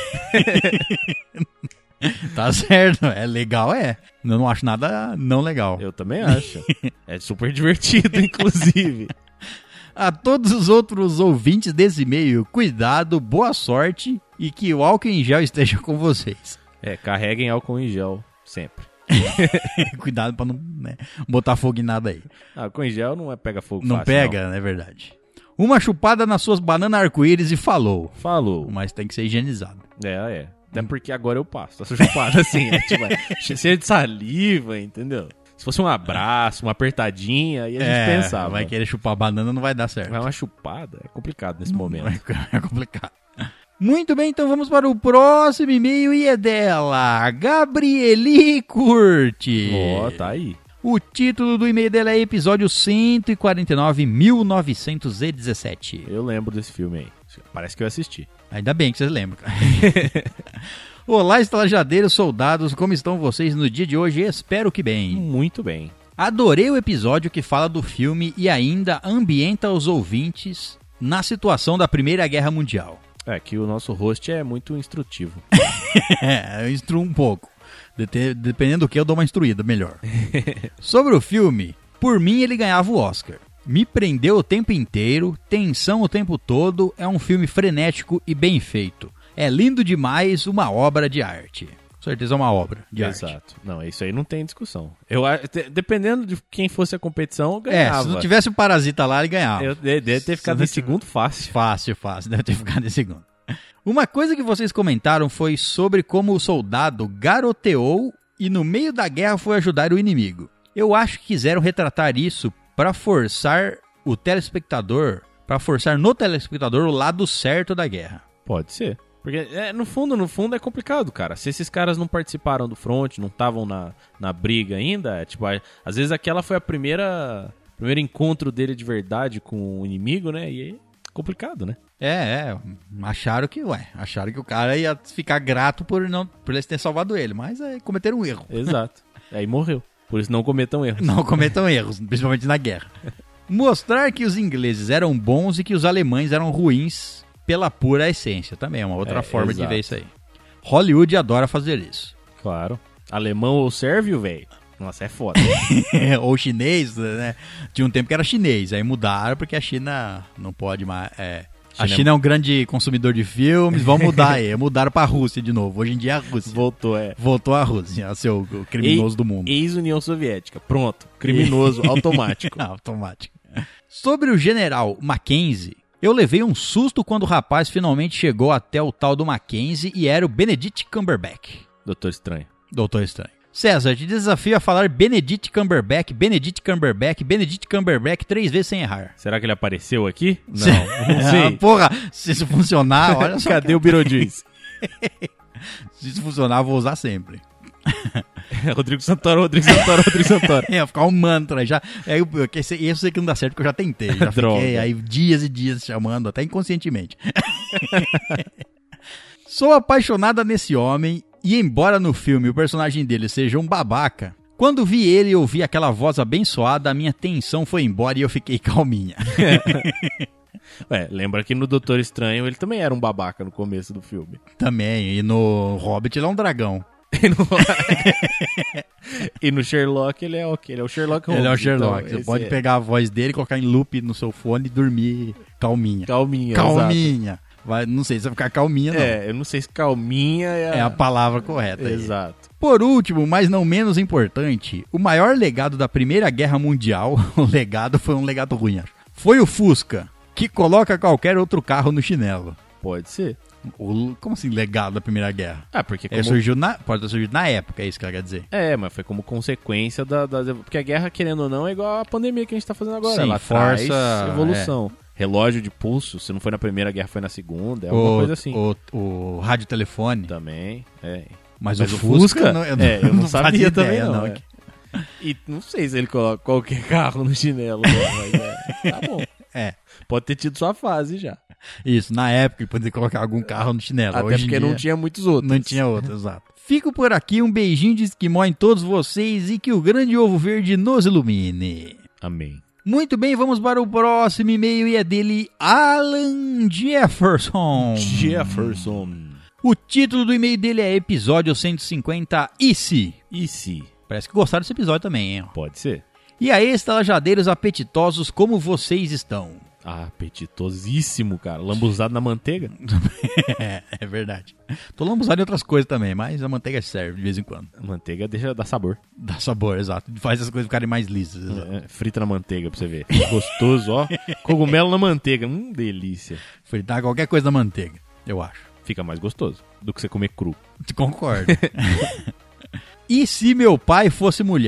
Tá certo, é legal, é. Eu não acho nada não legal. Eu também acho. É super divertido, inclusive. A todos os outros ouvintes desse e-mail, cuidado, boa sorte e que o álcool em gel esteja com vocês. É, carreguem álcool em gel sempre. Cuidado pra não né, botar fogo em nada aí. Ah, álcool em gel não é pega fogo Não fácil, pega, não é verdade. Uma chupada nas suas bananas arco-íris e falou. Falou. Mas tem que ser higienizado. É, é. Até porque agora eu passo essa chupada assim, é, tipo, é cheio de saliva, entendeu? Se fosse um abraço, uma apertadinha, aí a gente É, pensava. vai querer chupar banana, não vai dar certo. Vai uma chupada, é complicado nesse momento. É complicado. Muito bem, então vamos para o próximo e-mail e é dela, Gabrieli Curti. Ó, tá aí. O título do e-mail dela é episódio cento e quarenta e nove, mil novecentos e dezessete. Eu lembro desse filme aí. Parece que eu assisti. Ainda bem que vocês lembram, cara. Olá, estalajadeiros, soldados, como estão vocês no dia de hoje? Espero que bem. Muito bem. Adorei o episódio que fala do filme e ainda ambienta os ouvintes na situação da Primeira Guerra Mundial. É que o nosso host é muito instrutivo. É, eu instruo um pouco. Dependendo do que, eu dou uma instruída melhor. Sobre o filme, por mim ele ganhava o Oscar. Me prendeu o tempo inteiro, tensão o tempo todo, é um filme frenético e bem feito. É lindo demais, uma obra de arte. Com certeza é uma obra de Exato. arte. Exato. Não, isso aí não tem discussão. Eu, dependendo de quem fosse a competição, eu É, ganhava. se não tivesse o Parasita lá, ele ganhava. Eu deve ter ficado em segundo fácil. Fácil, fácil. Deve ter ficado em segundo. Uma coisa que vocês comentaram foi sobre como o soldado garoteou e no meio da guerra foi ajudar o inimigo. Eu acho que quiseram retratar isso para forçar o telespectador, para forçar no telespectador o lado certo da guerra. Pode ser. Porque, é, no fundo, no fundo é complicado, cara. Se esses caras não participaram do front, não estavam na, na briga ainda, é, tipo, às vezes aquela foi a primeira primeiro encontro dele de verdade com o inimigo, né? E aí, complicado, né? É, é, acharam que, ué, acharam que o cara ia ficar grato por, não, por eles terem salvado ele, mas é, cometeram um erro. Exato. Aí morreu. Por isso não cometam erros. Não cometam erros, principalmente na guerra. Mostrar que os ingleses eram bons e que os alemães eram ruins pela pura essência. Também é uma outra é, forma exato. de ver isso aí. Hollywood adora fazer isso. Claro. Alemão ou sérvio, velho? Nossa, é foda. Ou chinês, né? Tinha um tempo que era chinês, aí mudaram porque a China não pode mais... É... A China é um grande consumidor de filmes, vamos mudar aí. Mudaram pra Rússia de novo. Hoje em dia é a Rússia. Voltou, é. Voltou a Rússia, a ser o criminoso e, do mundo. Ex-União Soviética. Pronto. Criminoso automático. Automático. Sobre o general Mackenzie, eu levei um susto quando o rapaz finalmente chegou até o tal do Mackenzie e era o Benedict Cumberbatch. Doutor Estranho. Doutor Estranho. César, te desafio a falar Benedict Cumberbatch, Benedict Cumberbatch, Benedict Cumberbatch três vezes sem errar. Será que ele apareceu aqui? Não, não sei. Ah, porra, se isso funcionar, olha só. Cadê o Beetlejuice? Se isso funcionar, eu vou usar sempre. Rodrigo Santoro, Rodrigo Santoro, Rodrigo Santoro. É, ficar um mantra aí já. É, eu, eu, esse, esse eu sei que não dá certo, porque eu já tentei. Já fiquei aí dias e dias chamando, até inconscientemente. Sou apaixonada nesse homem e embora no filme o personagem dele seja um babaca, quando vi ele e ouvi aquela voz abençoada, a minha tensão foi embora e eu fiquei calminha. Ué, lembra que no Doutor Estranho ele também era um babaca no começo do filme. Também, e no Hobbit ele é um dragão. E no, e no Sherlock ele é o quê? Ele é o Sherlock Holmes. Ele é o Sherlock. Então, Você pode é... pegar a voz dele, colocar em loop no seu fone e dormir calminha. Calminha, Calminha. Vai, não sei se vai ficar calminha, não. É, eu não sei se calminha é a, é a palavra correta. Exato. Aí. Por último, mas não menos importante, o maior legado da Primeira Guerra Mundial, o legado foi um legado ruim, acho, foi o Fusca, que coloca qualquer outro carro no chinelo. Pode ser. O, como assim, legado da Primeira Guerra? Ah, porque como... Ele surgiu na, pode ter surgido na época, é isso que ela quer dizer. É, mas foi como consequência da, da... Porque a guerra, querendo ou não, é igual a pandemia que a gente tá fazendo agora. Sim, ela força, traz evolução. É. Relógio de pulso, se não foi na Primeira Guerra, foi na Segunda, é o, alguma coisa assim. O, o radiotelefone. Também, é. Mas, mas o, o Fusca, Fusca não, eu, é, eu não, não sabia também, ideia, não. não. É. E não sei se ele coloca qualquer carro no chinelo, mas é, tá bom. É. Pode ter tido sua fase já. Isso, na época ele poderia colocar algum carro no chinelo. Até Hoje porque dia, não tinha muitos outros. Não tinha outros, exato. Fico por aqui, um beijinho de esquimó em todos vocês e que o grande ovo verde nos ilumine. Amém. Muito bem, vamos para o próximo e-mail e é dele, Alan Jefferson. Jefferson. O título do e-mail dele é episódio cento e cinquenta, E se? E se? Parece que gostaram desse episódio também, hein? Pode ser. E aí, estalajadeiros apetitosos, como vocês estão? Ah, apetitosíssimo, cara. Lambuzado na manteiga. é, é verdade. Tô lambuzado em outras coisas também, mas a manteiga serve de vez em quando. A manteiga deixa dar sabor. Dá sabor, exato. Faz as coisas ficarem mais lisas. É, frita na manteiga pra você ver. Gostoso, ó. Cogumelo na manteiga. Hum, delícia. Fritar qualquer coisa na manteiga, eu acho. Fica mais gostoso do que você comer cru. Concordo. E se meu pai fosse mulher?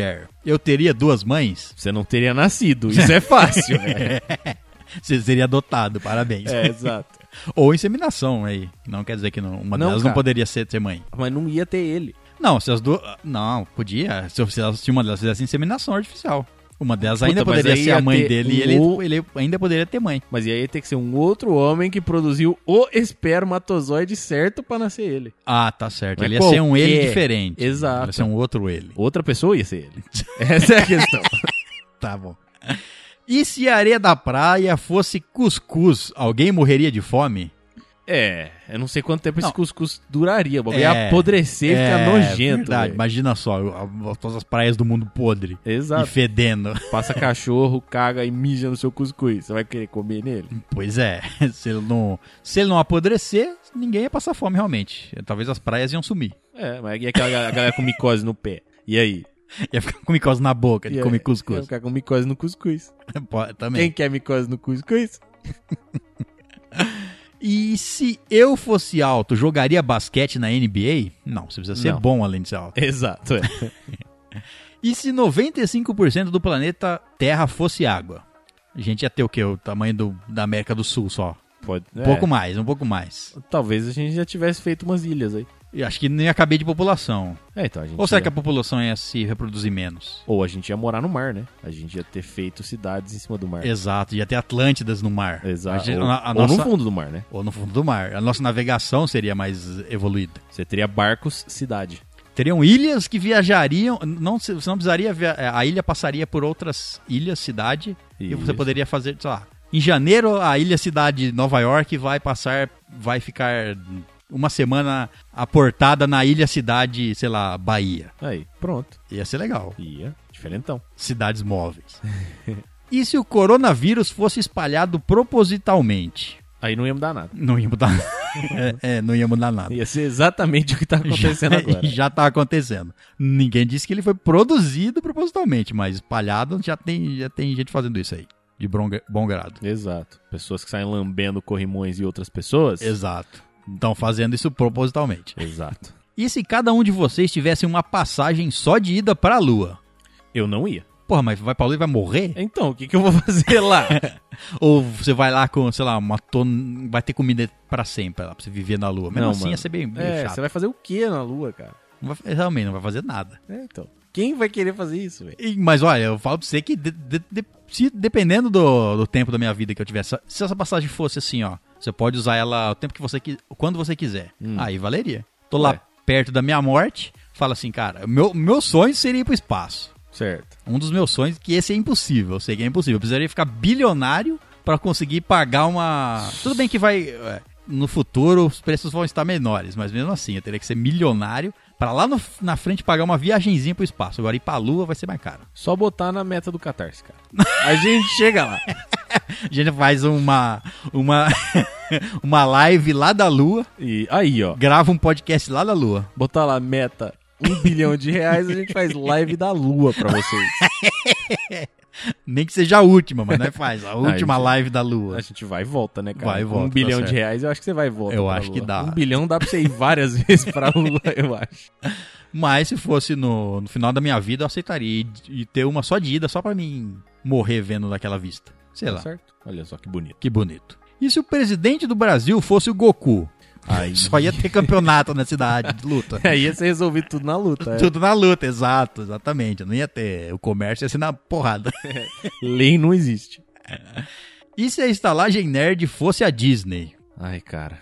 Eu teria duas mães? Você não teria nascido, isso é fácil, né? Você seria adotado, parabéns. É, exato. Ou inseminação aí. Não quer dizer que não, uma Não, delas cara. não poderia ser, ser mãe. Mas não ia ter ele. Não, se as duas... Não, podia. Se, se, elas- se uma delas fizesse inseminação artificial. Uma delas Puta, ainda mas poderia aí ser a ia mãe ter dele e um ele, ou- ele ainda poderia ter mãe. Mas aí ia ter que ser um outro homem que produziu o espermatozoide certo pra nascer ele. Ah, tá certo. Mas Ele ia ser um ele qualquer- diferente. Exato. Ele ia ser um outro ele. Outra pessoa ia ser ele. Essa é a questão. Tá bom. E se a areia da praia fosse cuscuz, alguém morreria de fome? É, eu não sei quanto tempo Não. esse cuscuz duraria. O bagulho É, ia apodrecer e ficar nojento. Verdade. velho. Imagina só, a- a- todas as praias do mundo podre. E Exato. fedendo. Passa cachorro, caga e mija no seu cuscuz. Você vai querer comer nele? Pois é. Se ele não, se ele não apodrecer, ninguém ia passar fome realmente. Talvez as praias iam sumir. É, mas e aquela ga- galera com micose no pé? E aí? Ia ficar com micose na boca de E aí? comer Ia cuscuz. ficar com micose no cuscuz. Pode- Também. Quem quer micose no cuscuz? E se eu fosse alto, jogaria basquete na N B A? Não, você precisa ser Não. bom além de ser alto. Exato, é. E se noventa e cinco por cento do planeta Terra fosse água? A gente ia ter o quê? O tamanho do, da América do Sul só. Pode, Um é. pouco mais, um pouco mais. Talvez a gente já tivesse feito umas ilhas aí. E acho que nem ia caber de população. É, então a gente Ou será ia... que a população ia se reproduzir menos? Ou a gente ia morar no mar, né? A gente ia ter feito cidades em cima do mar. Exato, ia ter Atlântidas no mar. Exato. A gente- ou, a- a ou nossa- no fundo do mar, né? Ou no fundo do mar. A nossa navegação seria mais evoluída. Você teria barcos, cidade. Teriam ilhas que viajariam. Não, você não precisaria. via- A ilha passaria por outras ilhas, cidade. E você Isso. poderia fazer, sei lá. Em janeiro, a ilha cidade de Nova York vai passar. Vai ficar uma semana aportada na ilha cidade, sei lá, Bahia. Aí, pronto. Ia ser legal. Ia. Diferentão. Cidades móveis. E se o coronavírus fosse espalhado propositalmente? Aí não ia mudar nada. Não ia mudar. é, é, não ia mudar nada. Ia ser exatamente o que tá acontecendo já, agora. Já tá acontecendo. Ninguém disse que ele foi produzido propositalmente, mas espalhado já tem, já tem gente fazendo isso aí. De bom, bom grado. Exato. Pessoas que saem lambendo corrimões e outras pessoas. Exato. Estão fazendo isso propositalmente. Exato. E se cada um de vocês tivesse uma passagem só de ida pra Lua? Eu não ia. Porra, mas vai pra Lua e vai morrer? Então, o que, que eu vou fazer lá? Ou você vai lá com, sei lá, uma ton... vai ter comida pra sempre lá, pra você viver na Lua. Mesmo Não, assim mano. ia ser bem, bem É, chato. você vai fazer o que na Lua, cara? Não vai- realmente não vai fazer nada. É, então. Quem vai querer fazer isso, velho? E- Mas olha, eu falo pra você que de- de- de- se, dependendo do, do tempo da minha vida que eu tivesse, se essa passagem fosse assim, ó, você pode usar ela o tempo que você quiser, quando você quiser. Hum. Aí valeria. Tô Ué. lá perto da minha morte, fala assim, cara, meu, meu sonho seria ir pro espaço. Certo. Um dos meus sonhos, que esse é impossível, eu sei que é impossível. Eu precisaria ficar bilionário pra conseguir pagar uma... Tudo bem que vai... é, no futuro os preços vão estar menores, mas mesmo assim, eu teria que ser milionário pra lá no- na frente pagar uma viagenzinha pro espaço. Agora ir pra Lua vai ser mais caro. Só botar na meta do Catarse, cara. A gente chega lá. A gente faz uma, uma, uma live lá da Lua, E aí, ó. grava um podcast lá da Lua. Botar lá meta um bilhão de reais, a gente faz live da Lua pra vocês. Nem que seja a última, mas nós faz a última gente- live da Lua. A gente vai e volta, né, cara? Vai e Com volta, um tá bilhão certo. de reais, eu acho que você vai e volta. Eu pra acho que Lua. dá. Um bilhão dá pra você ir várias vezes pra Lua, eu acho. Mas se fosse no, no final da minha vida, eu aceitaria. E, e ter uma só de ida, só pra mim morrer vendo daquela vista. Sei Tá lá, certo? Olha só que bonito. que bonito. E se o presidente do Brasil fosse o Goku? Aí, Só ia ter campeonato na cidade de luta. aí ia ser resolvido tudo na luta. é. Tudo na luta, exato, exatamente. Não ia ter. O comércio ia ser na porrada. Lei não existe. E se a estalagem nerd fosse a Disney? Ai, cara.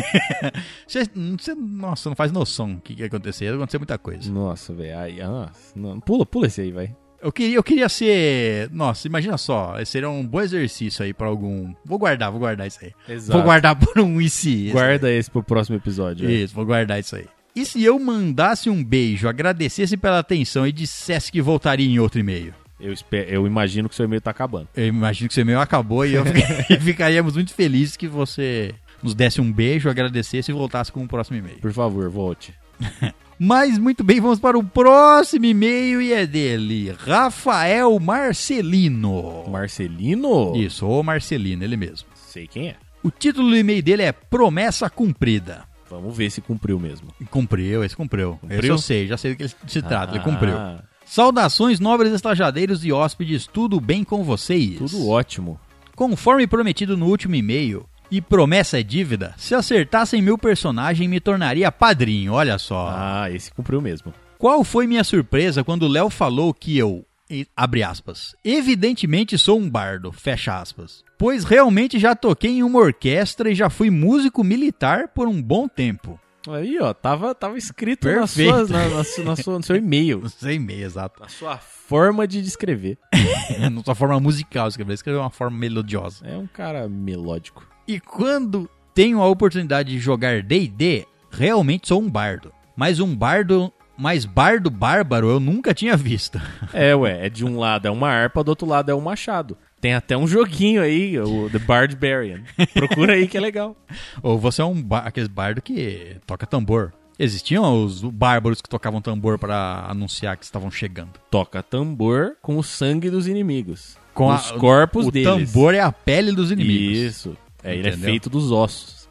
Você, você- nossa, não faz noção o que, que ia acontecer. Ia acontecer muita coisa. Nossa, velho. Ai, ah, não. Pula, pula esse aí, vai. Eu queria, eu queria ser. Nossa, imagina só. esse Seria um bom exercício aí pra algum. Vou guardar, vou guardar isso aí. Exato. Vou guardar por um I C. esse Guarda esse pro próximo episódio. aí. é. Isso, vou guardar isso aí. E se eu mandasse um beijo, agradecesse pela atenção e dissesse que voltaria em outro e-mail? Eu, espe- eu imagino que seu e-mail tá acabando. Eu imagino que seu e-mail acabou e eu fica- e ficaríamos muito felizes que você nos desse um beijo, agradecesse e voltasse com o próximo e-mail. Por favor, volte. Mas muito bem, vamos para o próximo e-mail e é dele, Rafael Marcelino. Marcelino? Isso, o Marcelino, ele mesmo. Sei quem é. O título do e-mail dele é Promessa Cumprida. Vamos ver se cumpriu mesmo. Cumpriu, esse cumpriu. Cumpriu? Esse eu sei, já sei do que ele se trata, ele cumpriu. Ah, Saudações, nobres estajadeiros e hóspedes, tudo bem com vocês? Tudo ótimo. Conforme prometido no último e-mail, e promessa é dívida, se acertassem meu personagem me tornaria padrinho, olha só. Ah, esse cumpriu mesmo. Qual foi minha surpresa quando o Léo falou que eu, abre aspas, evidentemente sou um bardo, fecha aspas, pois realmente já toquei em uma orquestra e já fui músico militar por um bom tempo. Aí, ó, tava, tava escrito na Perfeito. sua, na, na, sua- na sua- no seu e-mail. Não sei meio, exato. Na sua forma de descrever. Na sua forma musical, escrever, escrever uma forma melodiosa. É um cara melódico. E quando tenho a oportunidade de jogar D e D, realmente sou um bardo. Mas um bardo, mais bardo bárbaro eu nunca tinha visto. É, ué, é de um lado é uma harpa, do outro lado é um machado. Tem até um joguinho aí, o The Barbarian. Procura aí que é legal. Ou você é um bar, aqueles bardo que toca tambor. Existiam os bárbaros que tocavam tambor para anunciar que estavam chegando. Toca tambor com o sangue dos inimigos. Com os a- corpos o deles. tambor é a pele dos inimigos. Isso. É, ele é Entendeu? feito dos ossos.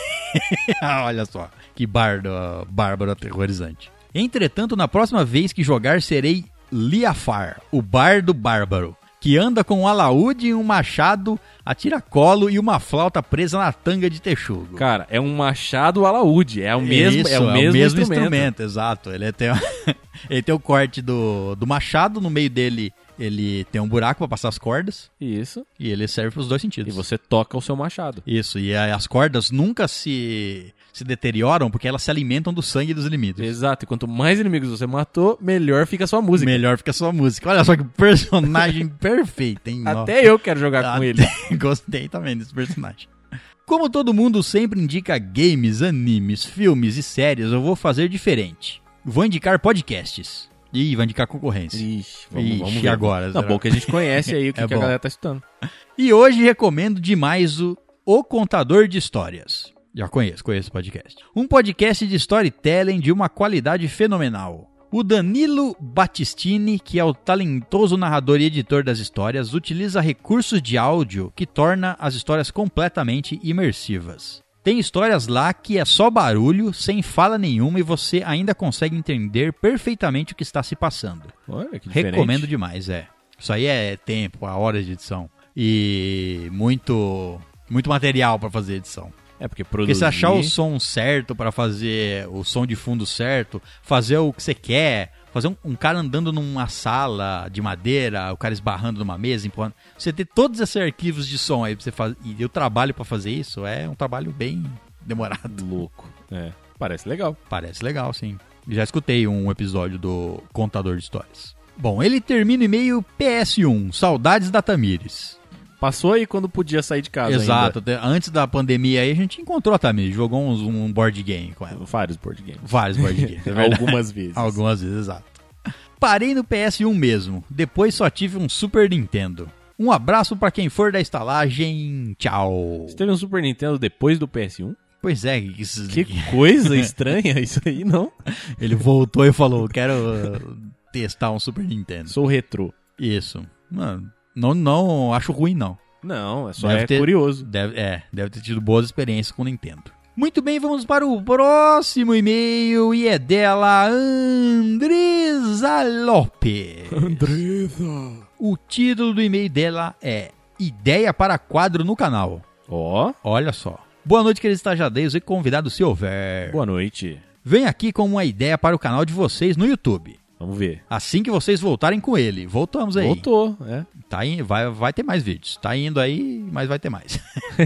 Olha só, que bardo uh, bárbaro aterrorizante. Entretanto, na próxima vez que jogar, serei Liafar, o bardo bárbaro, que anda com um alaúde, um machado, a tiracolo e uma flauta presa na tanga de texugo. Cara, é um machado alaúde. É o mesmo, Isso, é o mesmo, instrumento. exato. Ele tem, ele tem o corte do, do machado, no meio dele ele tem um buraco para passar as cordas Isso. e ele serve para os dois E sentidos. você toca o seu machado. Isso, e a- as cordas nunca se, se deterioram porque elas se alimentam do sangue dos inimigos. Exato. E quanto mais inimigos você matou, melhor fica a sua música. Melhor fica a sua música. Olha só que personagem perfeito, hein? Até eu quero jogar com Até- ele. Gostei também desse personagem. Como todo mundo sempre indica games, animes, filmes e séries, eu vou fazer diferente. Vou indicar podcasts. Ih, vai indicar concorrência. Ixi, vamos, Ixi, vamos ver. agora, Não, será? bom que a gente conhece aí o que, É que a bom. galera tá escutando. E hoje recomendo demais o O Contador de Histórias. Já conheço, conheço o podcast. Um podcast de storytelling de uma qualidade fenomenal. O Danilo Battistini, que é o talentoso narrador e editor das histórias, utiliza recursos de áudio que torna as histórias completamente imersivas. Tem histórias lá que é só barulho, sem fala nenhuma e você ainda consegue entender perfeitamente o que está se passando. Olha, que diferente. Recomendo demais, é. Isso aí é tempo, a horas de edição. E muito, muito material pra fazer edição. É porque produzir... Porque se achar o som certo pra fazer o som de fundo certo, fazer o que você quer, fazer um, um cara andando numa sala de madeira, o cara esbarrando numa mesa, empurrando. Você ter todos esses arquivos de som aí pra você fazer, e o trabalho pra fazer isso é um trabalho bem demorado. Louco. É, parece legal. Parece legal, sim. Já escutei um episódio do Contador de Histórias. Bom, ele termina o e-mail P S um, saudades da Tamires. Passou aí quando podia sair de casa Exato, ainda. até antes da pandemia aí a gente encontrou a Tamires, jogou uns, um board game com ela. Vários board games. Vários board games. é verdade. Algumas vezes. Algumas vezes, exato. Parei no P S um mesmo, depois só tive um Super Nintendo. Um abraço pra quem for da estalagem, tchau. Você teve um Super Nintendo depois do P S um? Pois é, isso, Que coisa estranha isso aí, não? ele voltou e falou, quero uh, testar um Super Nintendo. Sou retrô. Isso, mano, não, não acho ruim não. Não, é só Deve é ter- curioso. Deve, é, deve ter tido boas experiências com o Nintendo. Muito bem, vamos para o próximo e-mail e é dela, Andresa Lopes. Andresa. O título do e-mail dela é Ideia para quadro no canal. Ó, Olha só. Boa noite, queridos estajadeiros e convidados se houver. boa noite. Venho aqui com uma ideia para o canal de vocês no YouTube. Vamos ver. Assim que vocês voltarem com ele. Voltamos aí. Voltou, é. Tá in... vai, vai ter mais vídeos. Tá indo aí, mas vai ter mais.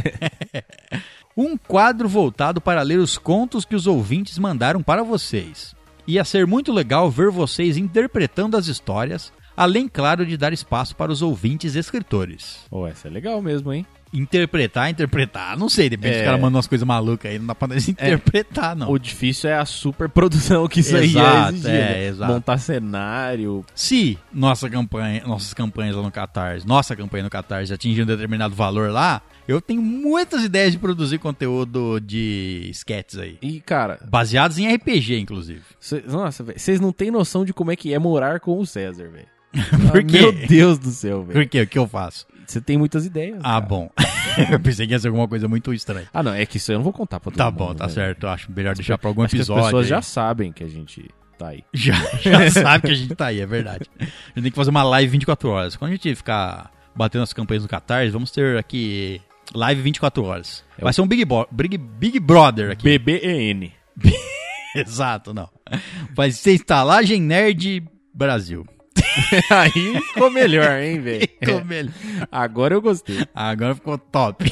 Um quadro voltado para ler os contos que os ouvintes mandaram para vocês. Ia ser muito legal ver vocês interpretando as histórias, além, claro, de dar espaço para os ouvintes escritores. Ó, essa é legal mesmo, hein? Interpretar, interpretar, não sei, depende É. se o cara manda umas coisas malucas aí, não dá pra nós interpretar, não. O difícil é a super produção que isso aí Exato, ia exigir. é, né? exato. Montar cenário. Se nossa campanha, nossas campanhas lá no Catarse, nossa campanha no Catarse atingir um determinado valor lá, eu tenho muitas ideias de produzir conteúdo de sketches aí. E, cara, Baseados em R P G, inclusive. cê- nossa, velho, vocês não têm noção de como é que é morar com o César, velho. Por Ah, quê? Meu Deus do céu, velho. Por quê? O que eu faço? Você tem muitas ideias. Ah, cara. bom. Eu pensei que ia ser alguma coisa muito estranha. Ah, não, é que isso eu não vou contar pra todo Tá mundo. bom, tá né? certo. Eu acho melhor deixar pra algum Acho que episódio. as pessoas aí. já sabem que a gente tá aí. Já, já sabe que a gente tá aí, é verdade. A gente tem que fazer uma live vinte e quatro horas. Quando a gente ficar batendo as campanhas no Catarse, vamos ter aqui live vinte e quatro horas. Vai ser um Big, Bo- Big, Big Brother aqui. B B E N. Exato, não. Vai ser Estalagem Nerd Brasil. Aí ficou melhor, hein, velho? Ficou melhor. Agora eu gostei. Agora ficou top.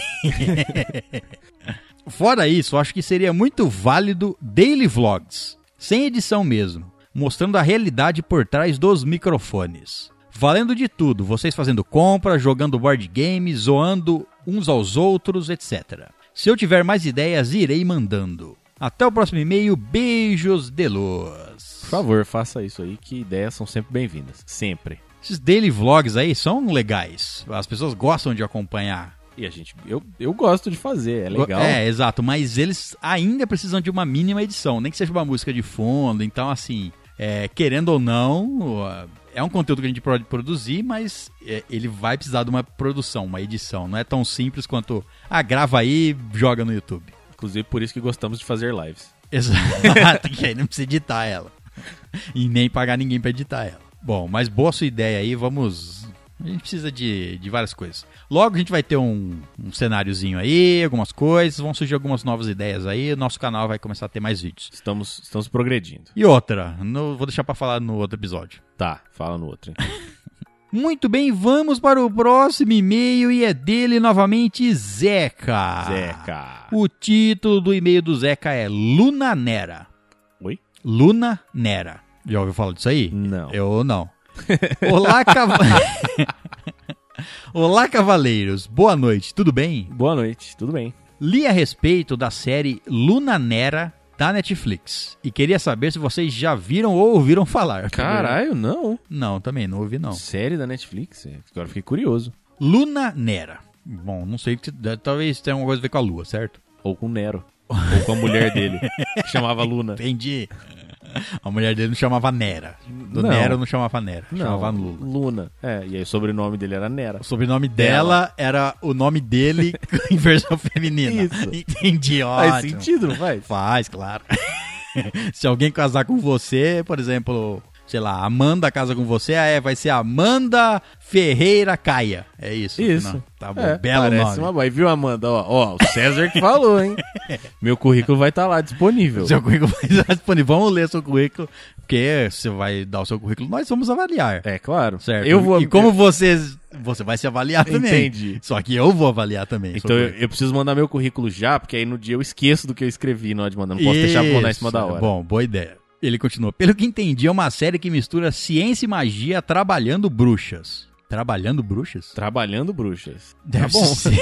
Fora isso, acho que seria muito válido daily vlogs, sem edição mesmo, mostrando a realidade por trás dos microfones. Valendo de tudo, vocês fazendo compra, jogando board games, zoando uns aos outros, etcétera. Se eu tiver mais ideias, irei mandando. Até o próximo e-mail, beijos de luz. Por favor, faça isso aí, que ideias são sempre bem-vindas. Sempre. Esses daily vlogs aí são legais, as pessoas gostam de acompanhar. E a gente, eu, eu gosto de fazer, é legal. É, exato, mas eles ainda precisam de uma mínima edição, nem que seja uma música de fundo, então assim, é, querendo ou não, é um conteúdo que a gente pode produzir, mas é, ele vai precisar de uma produção, uma edição, não é tão simples quanto, ah, grava aí, joga no YouTube. Inclusive por isso que gostamos de fazer lives. Exato, que aí não precisa editar ela, e nem pagar ninguém pra editar ela. Bom, mas boa sua ideia aí, vamos... A gente precisa de, de várias coisas. Logo a gente vai ter um, um cenáriozinho aí, algumas coisas, vão surgir algumas novas ideias aí, o nosso canal vai começar a ter mais vídeos. Estamos, estamos progredindo. E outra, no, vou deixar pra falar no outro episódio. Tá, fala no outro. Então. Muito bem, vamos para o próximo e-mail e é dele novamente, Zeca. Zeca. O título do e-mail do Zeca é Luna Nera. Oi? Luna Nera. Já ouviu falar disso aí? Não. Eu não. Olá, cava... Olá, cavaleiros. Boa noite, tudo bem? Boa noite, tudo bem. Li a respeito da série Luna Nera da Netflix e queria saber se vocês já viram ou ouviram falar. Caralho, não. Não, também não ouvi não. Série da Netflix? Agora fiquei curioso. Luna Nera. Bom, não sei, talvez tenha alguma coisa a ver com a lua, certo? Ou com o Nero. Ou com a mulher dele, que chamava Luna. Entendi. A mulher dele não chamava Nera. Do Não. Nero não chamava Nera, Não, chamava Lula. Luna. É, e aí o sobrenome dele era Nera. O sobrenome dela era o nome dele em versão feminina. Isso. Entendi, ótimo. Faz sentido, não faz? Faz, claro. Se alguém casar com você, por exemplo, sei lá, Amanda casa com você, é, vai ser Amanda Ferreira Caia. É isso. Isso. Não, tá bom, É, belo parece nome. uma boa. E viu, Amanda? Ó, ó, o César que falou, hein? Meu currículo vai estar lá disponível. Seu currículo vai estar disponível. Vamos ler seu currículo, porque você vai dar o seu currículo, nós vamos avaliar. É, claro. Certo. Eu vou... E como você, você vai se avaliar também. Entendi. Só que eu vou avaliar também. Então eu, eu preciso mandar meu currículo já, porque aí no dia eu esqueço do que eu escrevi na hora de mandar. Não posso Isso. deixar pra mandar em cima da hora. Bom, boa ideia. Ele continua. Pelo que entendi, é uma série que mistura ciência e magia trabalhando bruxas. Trabalhando bruxas? Trabalhando bruxas. Deve tá bom. ser.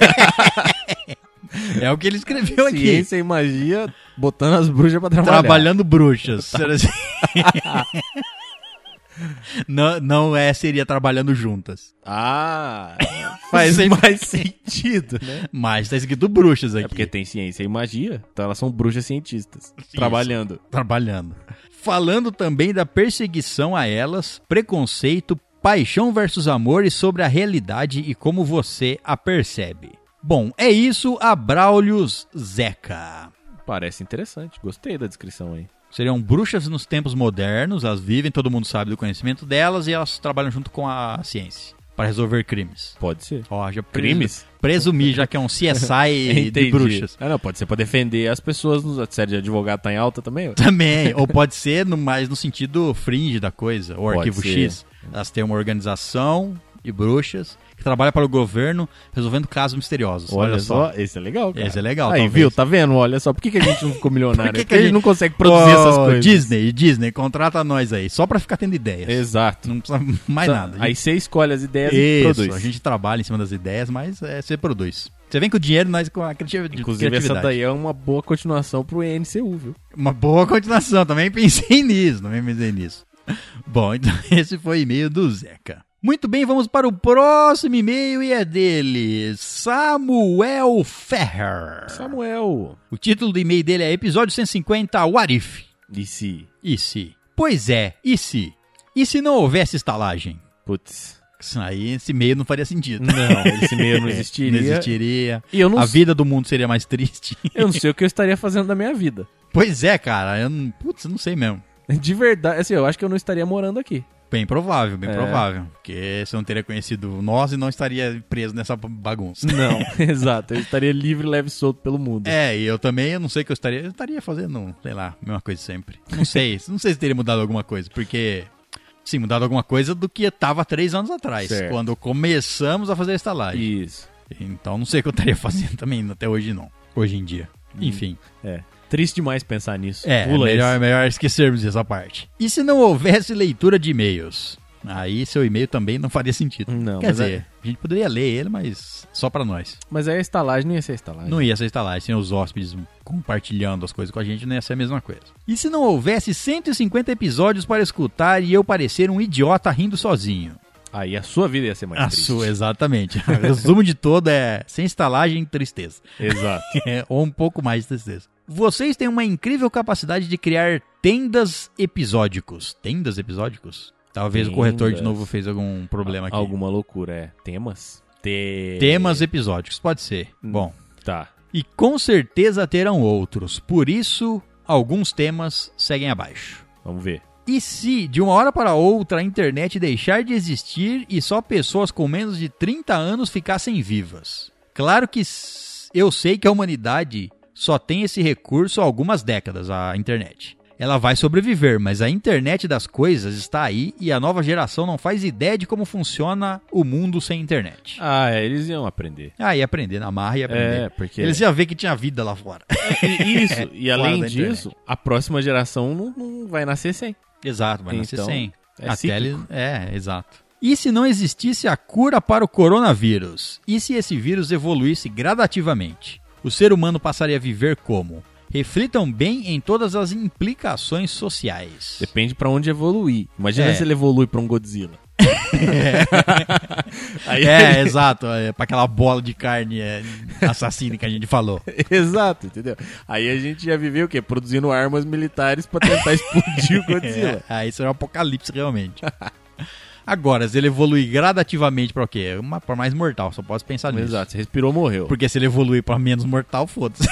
É o que ele escreveu aqui. Ciência e magia botando as bruxas pra trabalhar. Trabalhando bruxas. Será assim? Não, não é, seria trabalhando juntas. Ah, faz Sei- mais sentido, né? Mas tá escrito bruxas aqui. É porque tem ciência e magia, então elas são bruxas cientistas. Trabalhando. Trabalhando. Falando também da perseguição a elas, preconceito, paixão versus amor e sobre a realidade e como você a percebe. Bom, é isso, Abraulios Zeca. Parece interessante, gostei da descrição aí. Seriam bruxas nos tempos modernos, elas vivem, todo mundo sabe do conhecimento delas e elas trabalham junto com a ciência para resolver crimes. Pode ser. Ó, já presu- Crimes? Presumi, já que é um C S I de Entendi. bruxas. Ah, não, pode ser pra defender as pessoas. No... A série de advogado tá em alta também? Ué? Também, ou pode ser no, mais no sentido fringe da coisa, ou Pode arquivo ser. X. Elas têm uma organização de bruxas que trabalha para o governo resolvendo casos misteriosos. Olha, só, esse é legal, cara. Esse é legal, Aí, talvez. viu? Tá vendo? Olha só, por que, que a gente não ficou milionário? Por que que Porque a a gente gente- não consegue produzir Ô, essas coisas. Disney, Disney, contrata nós aí, só para ficar tendo ideias. Exato. Não precisa mais Só- nada. A Aí gente- você escolhe as ideias e Isso, produz. a gente trabalha em cima das ideias, mas é, você produz. Você vem com o dinheiro, nós com a criatividade. Inclusive, essa criatividade. daí é uma boa continuação pro N C U, viu? Uma boa continuação, também pensei nisso, também pensei nisso. Bom, então esse foi o e-mail do Zeca. Muito bem, vamos para o próximo e-mail e é dele, Samuel Ferrer. Samuel. O título do e-mail dele é Episódio cento e cinquenta, What If? E se? E se? Pois é, e se? E se não houvesse estalagem? Putz. Isso aí, esse e-mail não faria sentido. Não, esse meio não existiria. Não existiria. E eu não, A vida do mundo seria mais triste. eu não sei o que eu estaria fazendo da minha vida. Pois é, cara, eu não, putz, eu não sei mesmo. De verdade, assim, eu acho que eu não estaria morando aqui. Bem provável, bem É. provável. Porque você não teria conhecido nós e não estaria preso nessa bagunça. Não, exato. Eu estaria livre, leve e solto pelo mundo. É, e eu também, eu não sei o que eu estaria... Eu estaria fazendo, sei lá, a mesma coisa sempre. Não sei, não sei se teria mudado alguma coisa, porque... Sim, mudado alguma coisa do que estava três anos atrás, Certo. quando começamos a fazer a estalagem. Isso. Então não sei o que eu estaria fazendo também até hoje não. Hoje em dia. Enfim. É. Triste demais pensar nisso. É, Pula melhor, esse. melhor esquecermos essa parte. E se não houvesse leitura de e-mails? Aí seu e-mail também não faria sentido. Não, Quer mas dizer, é- a gente poderia ler ele, mas só pra nós. Mas aí a estalagem não ia ser a estalagem. Não ia ser estalagem, sem os hóspedes compartilhando as coisas com a gente, não ia ser a mesma coisa. E se não houvesse cento e cinquenta episódios para escutar e eu parecer um idiota rindo sozinho? Aí a sua vida ia ser mais A triste. sua, exatamente. O resumo de todo é sem estalagem, tristeza. Exato. É, ou um pouco mais de tristeza. Vocês têm uma incrível capacidade de criar tendas episódicos. Tendas episódicos? Talvez Tendas. o corretor de novo fez algum problema aqui. Alguma loucura, é. Temas? Te... Temas episódicos, pode ser. Hum. Bom, Tá. e com certeza terão outros. Por isso, alguns temas seguem abaixo. Vamos ver. E se, de uma hora para outra, a internet deixar de existir e só pessoas com menos de trinta anos ficassem vivas? Claro que s- eu sei que a humanidade só tem esse recurso há algumas décadas, a internet. Ela vai sobreviver, mas a internet das coisas está aí e a nova geração não faz ideia de como funciona o mundo sem internet. Ah, é, eles iam aprender. Ah, ia aprender, na marra ia aprender. É, porque... Eles iam ver que tinha vida lá fora. E- Isso, e Fora além da disso, a próxima geração não, não vai nascer sem. Exato, vai nascer Então, sem. é Até ele... cíclico. É, exato. E se não existisse a cura para o coronavírus? E se esse vírus evoluísse gradativamente? O ser humano passaria a viver como? Reflitam bem em todas as implicações sociais. Depende pra onde evoluir. Imagina É. se ele evolui pra um Godzilla. Aí É, exato. É, para aquela bola de carne é, assassina que a gente falou. Exato, entendeu? Aí a gente já viveu o quê? Produzindo armas militares pra tentar explodir o Godzilla. É, aí será um apocalipse realmente. Agora, se ele evoluir gradativamente para o quê? Uma para mais mortal, só posso pensar nisso. Exato, você respirou, morreu. Porque se ele evoluir para menos mortal, foda-se.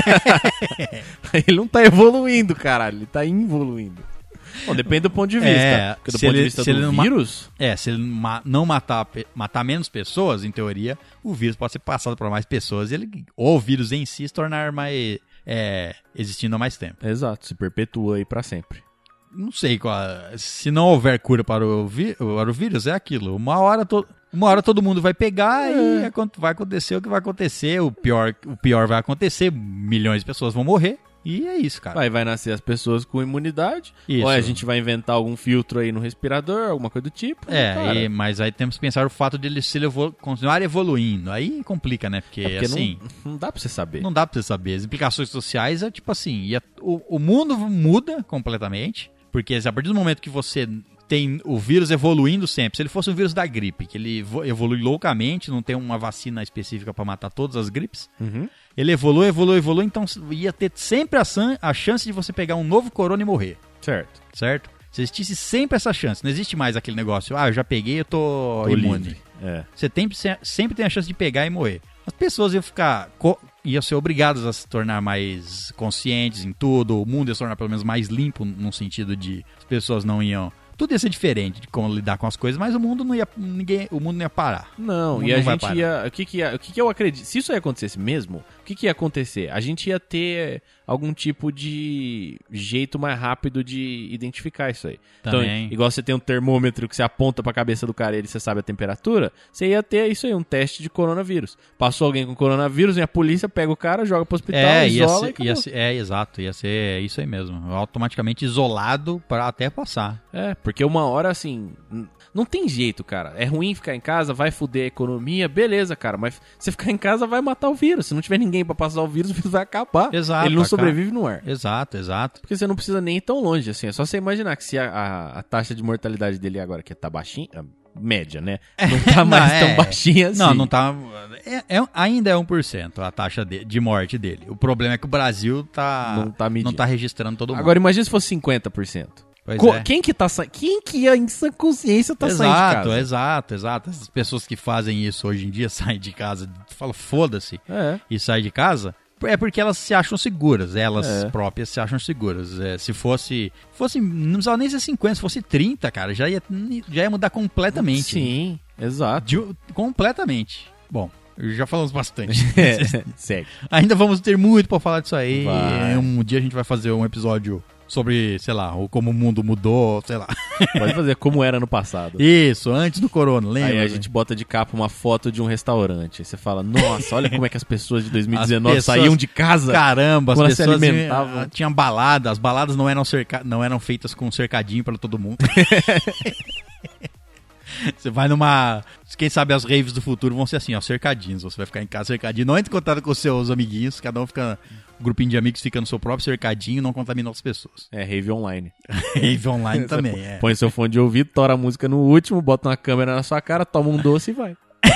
Ele não tá evoluindo, caralho, ele tá involuindo. Bom, depende do ponto de vista. É, porque do se ponto de ele- vista se ele do não ma- vírus, É, se ele ma- não matar, pe- matar menos pessoas, em teoria, o vírus pode ser passado para mais pessoas. E ele, ou o vírus em si se tornar mais é, existindo há mais tempo. exato, se perpetua aí pra sempre. Não sei qual. Se não houver cura para o, vi- para o vírus, é aquilo. Uma hora, to- uma hora todo mundo vai pegar É. e acon- vai acontecer o que vai acontecer. O pior, o pior vai acontecer, milhões de pessoas vão morrer. E é isso, cara. Aí vai nascer as pessoas com imunidade, Isso. ou a gente vai inventar algum filtro aí no respirador, alguma coisa do tipo. É, cara, e- mas aí temos que pensar o fato de ele se evolu- continuar evoluindo. Aí complica, né? Porque, é porque assim, não, não dá pra você saber. não, dá pra você saber. As implicações sociais é tipo assim: ia- o, o mundo muda completamente. Porque a partir do momento que você tem o vírus evoluindo sempre, se ele fosse um vírus da gripe, que ele evo- evolui loucamente, não tem uma vacina específica pra matar todas as gripes, Uhum. ele evolui, evolui, evolui, então ia ter sempre a, san- a chance de você pegar um novo corona e morrer. Certo. Certo? Se existisse sempre essa chance, não existe mais aquele negócio, ah, eu já peguei, eu tô, Tô imune. livre. É. Você tem, sempre tem a chance de pegar e morrer. As pessoas iam ficar, co- iam ser obrigadas a se tornar mais conscientes em tudo, o mundo ia se tornar pelo menos mais limpo, no sentido de as pessoas não iam... Tudo ia ser diferente de como lidar com as coisas, mas o mundo não ia, ninguém, o mundo não ia parar. Não, O mundo e a não vai gente parar. ia. O que que, ia, o que que eu acredito? Se isso aí acontecesse mesmo, o que que ia acontecer? A gente ia ter algum tipo de jeito mais rápido de identificar isso aí. Também. Então, igual você tem um termômetro que você aponta pra cabeça do cara e ele você sabe a temperatura, você ia ter isso aí, um teste de coronavírus. Passou alguém com coronavírus, e a polícia pega o cara, joga pro hospital, É, ia isola ser, e acabou. ia ser- é, exato, ia ser isso aí mesmo. Automaticamente isolado para até passar. É, porque uma hora assim. n- Não tem jeito, cara. É ruim ficar em casa, vai foder a economia, beleza, cara. Mas você ficar em casa vai matar o vírus. Se não tiver ninguém pra passar o vírus, o vírus vai acabar. Exato, Ele não acaba. sobrevive no ar. Exato, exato. Porque você não precisa nem ir tão longe, assim. É só você imaginar que se a, a- a taxa de mortalidade dele agora, que tá baixinha, a média, né? Não tá mais Não, tão é. baixinha assim. Não, não tá. É, é- ainda é um por cento a taxa de, de morte dele. O problema é que o Brasil tá, Não tá medindo. não tá registrando todo mundo. Agora imagina se fosse cinquenta por cento. Pois Co- é. Quem que tá sa... Quem que em sã consciência tá saindo de Exato, casa? exato, exato. Essas pessoas que fazem isso hoje em dia saem de casa, fala foda-se É. e saem de casa. É porque elas se acham seguras, elas É. próprias se acham seguras. É, se fosse, fosse, não precisava nem ser cinquenta, se fosse trinta, cara, já ia, já ia mudar completamente. Sim, exato. De- completamente. Bom, já falamos bastante. É, segue. Ainda vamos ter muito pra falar disso aí. Vai. Um dia a gente vai fazer um episódio sobre, sei lá, ou como o mundo mudou, sei lá. Pode fazer como era no passado. Isso, antes do corona, lembra? Aí a né? gente bota de capa uma foto de um restaurante. Aí você fala, nossa, olha como é que as pessoas de dois mil e As dezenove pessoas- saíam de casa. Caramba, as Quando se pessoas alimentavam. eh, tinham balada, as baladas não eram, cerca... não eram feitas com cercadinho pra todo mundo. Você vai numa... Quem sabe as raves do futuro vão ser assim, ó, cercadinhos. Você vai ficar em casa cercadinho, não entre em contato com os seus amiguinhos, cada um fica... Um grupinho de amigos fica no seu próprio cercadinho e não contamina outras pessoas. É, rave online. Rave online também, é. Põe seu fone de ouvido, tora a música no último, bota uma câmera na sua cara, toma um doce e vai.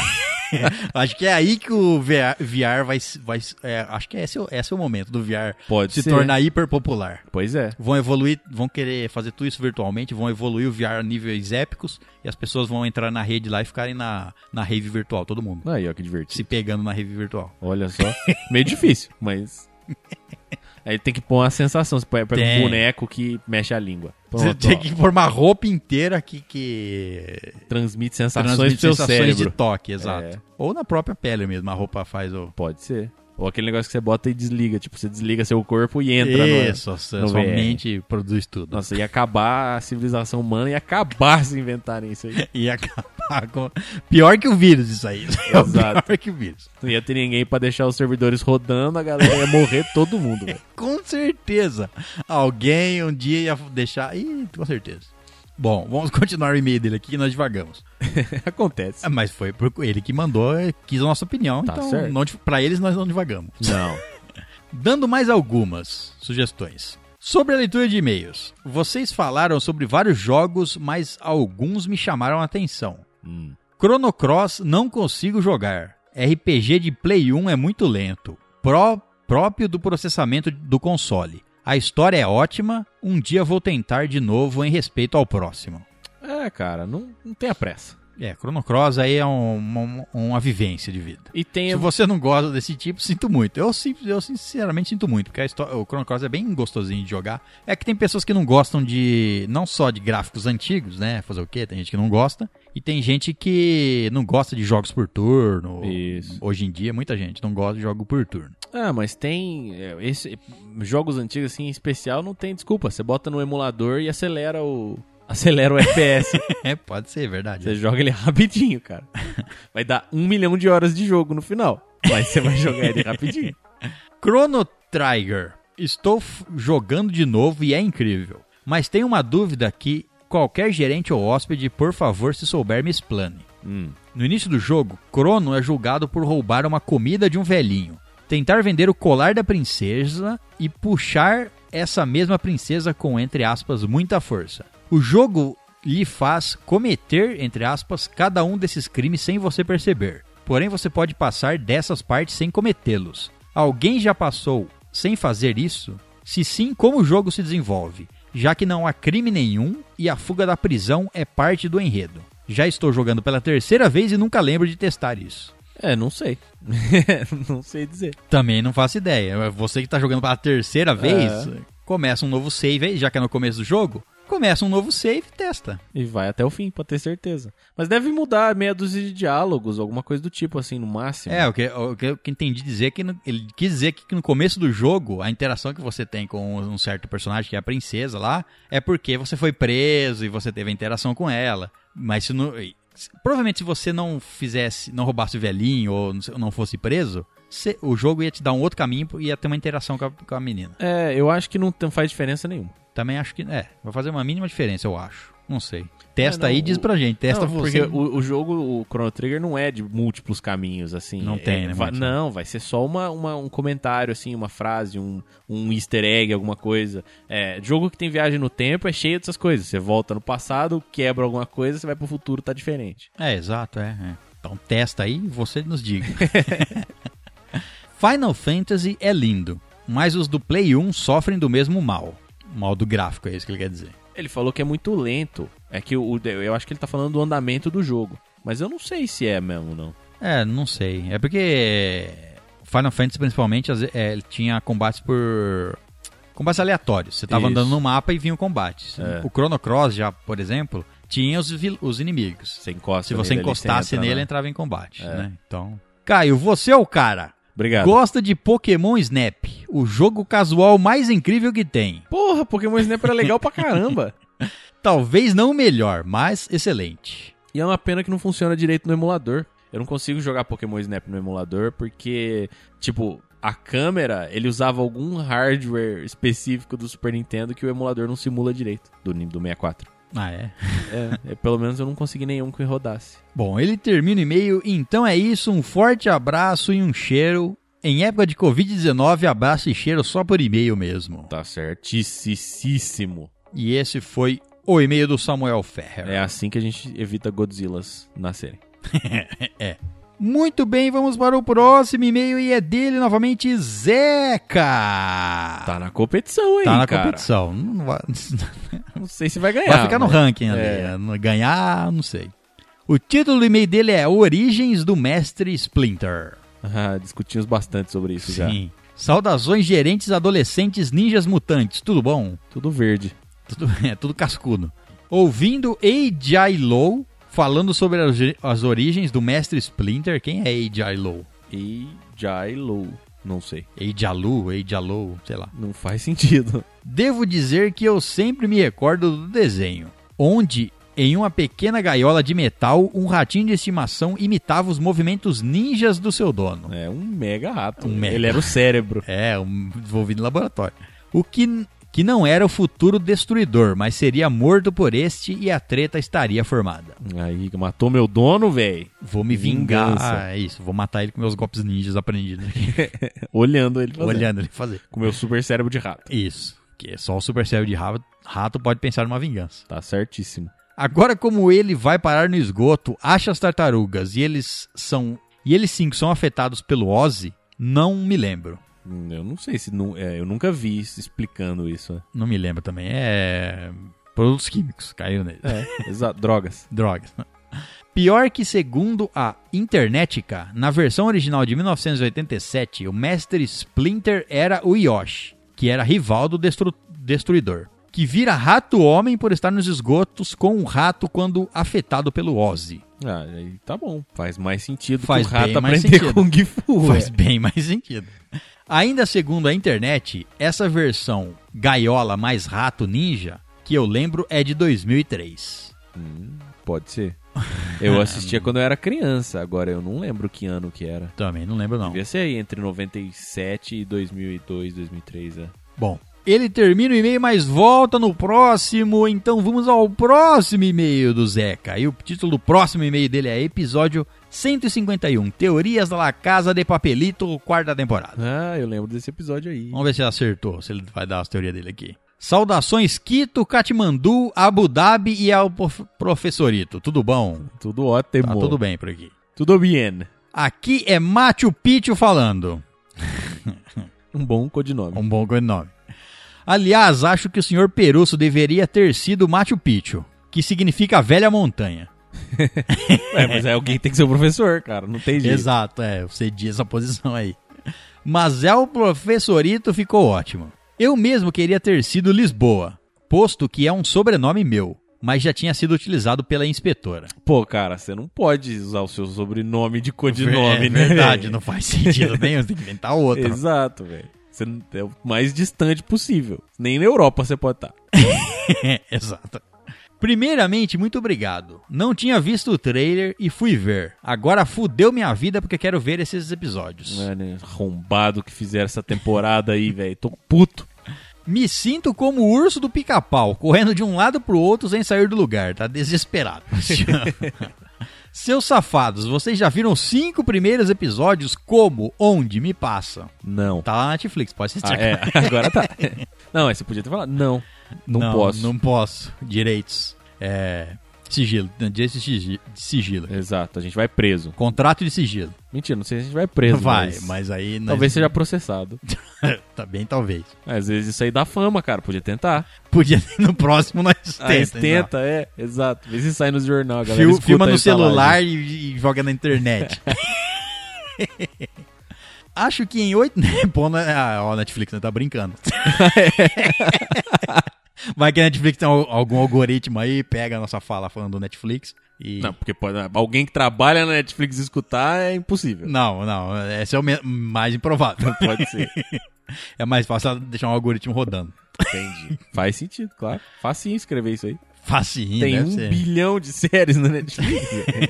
Acho que é aí que o V R, V R vai... vai é, acho que esse é, o- esse é o momento do V R Pode se ser. tornar hiper popular. Pois é. Vão evoluir, vão querer fazer tudo isso virtualmente, vão evoluir o V R a níveis épicos e as pessoas vão entrar na rede lá e ficarem na, na rave virtual, todo mundo. Aí, ó, que divertido. Se pegando na rave virtual. Olha só. Meio difícil, mas... Aí tem que pôr uma sensação. Você pega Tem. um boneco que mexe a língua. Você Pronto, tem ó. que formar roupa inteira que, que Transmite sensações transmite pro seu sensações cérebro. de toque, exato. É. Ou na própria pele mesmo, a roupa faz o... Pode ser. Ou aquele negócio que você bota e desliga. Tipo, você desliga seu corpo e entra no... Isso, a sua no V R. mente produz tudo. Nossa, ia acabar a civilização humana e acabar se inventarem isso aí. E acabar com... Pior que o vírus isso aí. Exato. Pior que o vírus. Não ia ter ninguém pra deixar os servidores rodando, a galera ia morrer todo mundo, velho. Com certeza. Alguém um dia ia deixar... Ih, com certeza. Bom, vamos continuar o e-mail dele aqui que nós divagamos. Acontece. Ah, mas foi por ele que mandou, eh, quis a nossa opinião, Tá então certo. não, pra eles nós não divagamos. Não. Dando mais algumas sugestões. Sobre a leitura de e-mails. Vocês falaram sobre vários jogos, mas alguns me chamaram a atenção. Hum. Chrono Cross não consigo jogar. R P G de Play um é muito lento. Pró- próprio do processamento do console. A história é ótima, um dia vou tentar de novo em respeito ao próximo. É, cara, não, não tenha pressa. É, Chrono Cross aí é um- uma, uma vivência de vida. E tem... Se você não gosta desse tipo, sinto muito. Eu, sim- eu sinceramente sinto muito, porque a história, o Chrono Cross é bem gostosinho de jogar. É que tem pessoas que não gostam de, não só de gráficos antigos, né? Fazer o quê? Tem gente que não gosta. E tem gente que não gosta de jogos por turno. Isso. Hoje em dia, muita gente não gosta de jogo por turno. Ah, mas tem... é, Esse, jogos antigos, assim, em especial, não tem desculpa. Você bota no emulador e acelera o... Acelera o F P S. É, pode ser, verdade. Você joga ele rapidinho, cara. Vai dar um milhão de horas de jogo no final. Mas você vai jogar ele rapidinho. Chrono Trigger. Estou f- jogando de novo e é incrível. Mas tenho uma dúvida que qualquer gerente ou hóspede, por favor, se souber, me explane. Hum. No início do jogo, Crono é julgado por roubar uma comida de um velhinho, tentar vender o colar da princesa e puxar essa mesma princesa com, entre aspas, muita força. O jogo lhe faz cometer, entre aspas, cada um desses crimes sem você perceber. Porém, você pode passar dessas partes sem cometê-los. Alguém já passou sem fazer isso? Se sim, como o jogo se desenvolve? Já que não há crime nenhum e a fuga da prisão é parte do enredo. Já estou jogando pela terceira vez e nunca lembro de testar isso. É, não sei. Não sei dizer. Também não faço ideia. Você que está jogando pela terceira vez, É. começa um novo save aí, já que é no começo do jogo. Começa um novo save e testa. E vai até o fim, pra ter certeza. Mas deve mudar meia dúzia de diálogos, alguma coisa do tipo, assim, no máximo. É, o que, o que eu entendi dizer é que no- ele quis dizer que no começo do jogo, a interação que você tem com um certo personagem, que é a princesa lá, é porque você foi preso e você teve a interação com ela. Mas se não, provavelmente se você não fizesse, não roubasse o velhinho ou não fosse preso, cê- o jogo ia te dar um outro caminho e ia ter uma interação com a, com a menina. É, eu acho que não tem- faz diferença nenhuma. Também acho que, é, vai fazer uma mínima diferença, eu acho. Não sei. Testa É, não, aí e diz o- pra gente, testa não, você. Porque o, o jogo, o Chrono Trigger, não é de múltiplos caminhos, assim. Não É- tem, né, vai- Marcelo? Não, vai ser só uma, uma- um comentário, assim, uma frase, um, um easter egg, alguma coisa. É, jogo que tem viagem no tempo é cheio dessas coisas. Você volta no passado, quebra alguma coisa, você vai pro futuro, tá diferente. É, exato, é, é. Então testa aí e você nos diga. Final Fantasy é lindo, mas os do Play um sofrem do mesmo mal. O mal do gráfico, é isso que ele quer dizer. Ele falou que é muito lento. É que o, o- eu acho que ele tá falando do andamento do jogo. Mas eu não sei se é mesmo, não. É, não sei. É porque Final Fantasy, principalmente, às ve- é, ele tinha combates por... combates aleatórios. Você tava Isso. andando no mapa e vinha o combate. É. O Chrono Cross, já, por exemplo, tinha os, vil- os inimigos. Você encosta Se você nele, encostasse ele entra, nele, né? entrava em combate, É. né? Então... Caio, você é o cara. Obrigado. Gosta de Pokémon Snap, o jogo casual mais incrível que tem. Porra, Pokémon Snap era legal pra caramba. Talvez não o melhor, mas excelente. E é uma pena que não funciona direito no emulador. Eu não consigo jogar Pokémon Snap no emulador porque, tipo, a câmera, ele usava algum hardware específico do Super Nintendo que o emulador não simula direito, do, do sessenta e quatro. Ah, é? É, é, pelo menos eu não consegui nenhum que rodasse. Bom, ele termina o e-mail, então é isso, um forte abraço e um cheiro. Em época de covid dezenove, abraço e cheiro só por e-mail mesmo. Tá certíssimo. E esse foi o e-mail do Samuel Ferrer. É assim que a gente evita Godzillas nascerem. É. Muito bem, vamos para o próximo e-mail e é dele novamente, Zeca. Tá na competição aí, Tá na cara. competição. Não vai... Não sei se vai ganhar. vai ficar no mas- ranking ali. É. Ganhar, não sei. O título do e-mail dele é Origens do Mestre Splinter. Ah, discutimos bastante sobre isso já. Sim. Saudações, gerentes, adolescentes, ninjas mutantes. Tudo bom? Tudo verde. Tudo, é, tudo cascudo. Ouvindo A J. Low falando sobre as, as origens do Mestre Splinter. Quem é A J. Low? E Jai-Lo. Não sei. A J. Lu, A J. Low, sei lá. Não faz sentido. Devo dizer que eu sempre me recordo do desenho, onde, em uma pequena gaiola de metal, um ratinho de estimação imitava os movimentos ninjas do seu dono. É um mega rato. Um mega. Ele era o cérebro. É, um desenvolvido em laboratório. O que, que não era o futuro destruidor, mas seria morto por este e a treta estaria formada. Aí, matou meu dono, velho. Vou me vingar. Vingança. Ah, é isso, vou matar ele com meus golpes ninjas aprendidos aqui. Olhando ele fazer. Olhando ele fazer. Com meu super cérebro de rato. Isso, que é só o super cérebro de rato, rato pode pensar numa vingança. Tá certíssimo. Agora, como ele vai parar no esgoto, acha as tartarugas e eles são. E eles sim são afetados pelo Ozzy, não me lembro. Hum, Eu não sei se... Não, é, eu nunca vi isso explicando isso. né? Não me lembro também. É. Produtos químicos caíram nele. É, exato. Drogas. Drogas. Pior que, segundo a Internetica, na versão original de mil novecentos e oitenta e sete, o Mestre Splinter era o Yoshi, que era rival do destru- Destruidor, que vira rato-homem por estar nos esgotos com um rato quando afetado pelo Ozzy. Ah, aí tá bom. Faz mais sentido Faz que o rato bem mais aprender sentido. Kung Fu. Faz é. bem mais sentido. Ainda segundo a internet, essa versão gaiola mais rato ninja, que eu lembro, é de dois mil e três. Hum, pode ser. Eu assistia quando eu era criança. Agora eu não lembro que ano que era. Também não lembro não. Devia ser aí entre noventa e sete e dois mil e dois, dois mil e três. É. Bom, ele termina o e-mail, mas volta no próximo. Então vamos ao próximo e-mail do Zeca. E o título do próximo e-mail dele é episódio cento e cinquenta e um, Teorias da La Casa de Papelito, quarta temporada. Ah, eu lembro desse episódio aí. Vamos ver se ele acertou, se ele vai dar as teorias dele aqui. Saudações Quito, Katmandu, Abu Dhabi e ao prof- professorito. Tudo bom? Tudo ótimo. Tá tudo bem por aqui. Tudo bem. Aqui é Machu Picchu falando. Um bom codinome. Um bom nome. Aliás, acho que o senhor Perusso deveria ter sido Machu Picchu, que significa velha montanha. É, mas é alguém que tem que ser o professor, cara. Não tem jeito. Exato, é, eu cedi essa posição aí. Mas é o professorito ficou ótimo. Eu mesmo queria ter sido Lisboa, posto que é um sobrenome meu, mas já tinha sido utilizado pela inspetora. Pô, cara, você não pode usar o seu sobrenome de codinome, é né? verdade, não faz sentido nenhum, você tem que inventar outro. Exato, velho. Você não- é o mais distante possível. Nem na Europa você pode estar. Exato. Primeiramente, muito obrigado. Não tinha visto o trailer e fui ver. Agora fudeu minha vida porque quero ver esses episódios. É, né? Arrombado que fizeram essa temporada aí, velho. Tô puto. Me sinto como o urso do pica-pau, correndo de um lado pro outro sem sair do lugar. Tá desesperado. Seus safados, vocês já viram os cinco primeiros episódios? Como? Onde? Me passa. Não. Tá lá na Netflix, pode assistir. Ah, é, agora tá. Não, mas você podia ter falado. Não, não, posso. Não posso. Direitos. É... Sigilo. Direitos de sigilo. sigilo. Exato, a gente vai preso. Contrato de sigilo. Mentira, não sei se a gente vai preso. Vai, mas... mas aí... nós- Talvez seja processado. Tá bem, talvez. Às vezes isso aí dá fama, cara. Podia tentar. Podia no próximo nós Ah, tenta. eles tenta, é. Exato. Vê se sai no jornal, a galera. Fil- escuta filma aí no falar, celular gente. e, e joga na internet. Acho que em oito... Pô, ah, ó, Netflix, não tá brincando. Vai que a Netflix tem algum algoritmo aí, pega a nossa fala falando do Netflix e... Não, porque pode, alguém que trabalha na Netflix escutar é impossível. Não, não, esse é o me- mais improvável. Não pode ser. É mais fácil deixar um algoritmo rodando. Entendi. Faz sentido, claro. Facinho escrever isso aí. Facinho, Tem deve um ser. bilhão de séries na Netflix.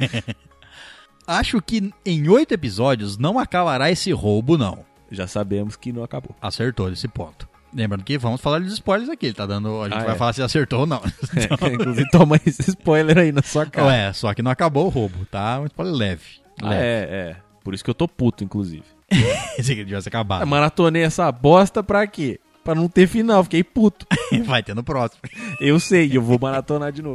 Acho que em oito episódios não acabará esse roubo, não. Já sabemos que não acabou. Acertou nesse ponto. Lembrando que vamos falar dos spoilers aqui. Ele tá dando. A gente Ah, vai é. falar se acertou ou não. É, inclusive, toma esse spoiler aí na sua cara. Ué, só que não acabou o roubo, tá? Um spoiler leve. Ah, leve. é, é. Por isso que eu tô puto, inclusive. Esse aqui tivesse acabado. Eu maratonei essa bosta pra quê? Pra não ter final, fiquei puto. Vai ter no próximo. Eu sei, eu vou maratonar de novo.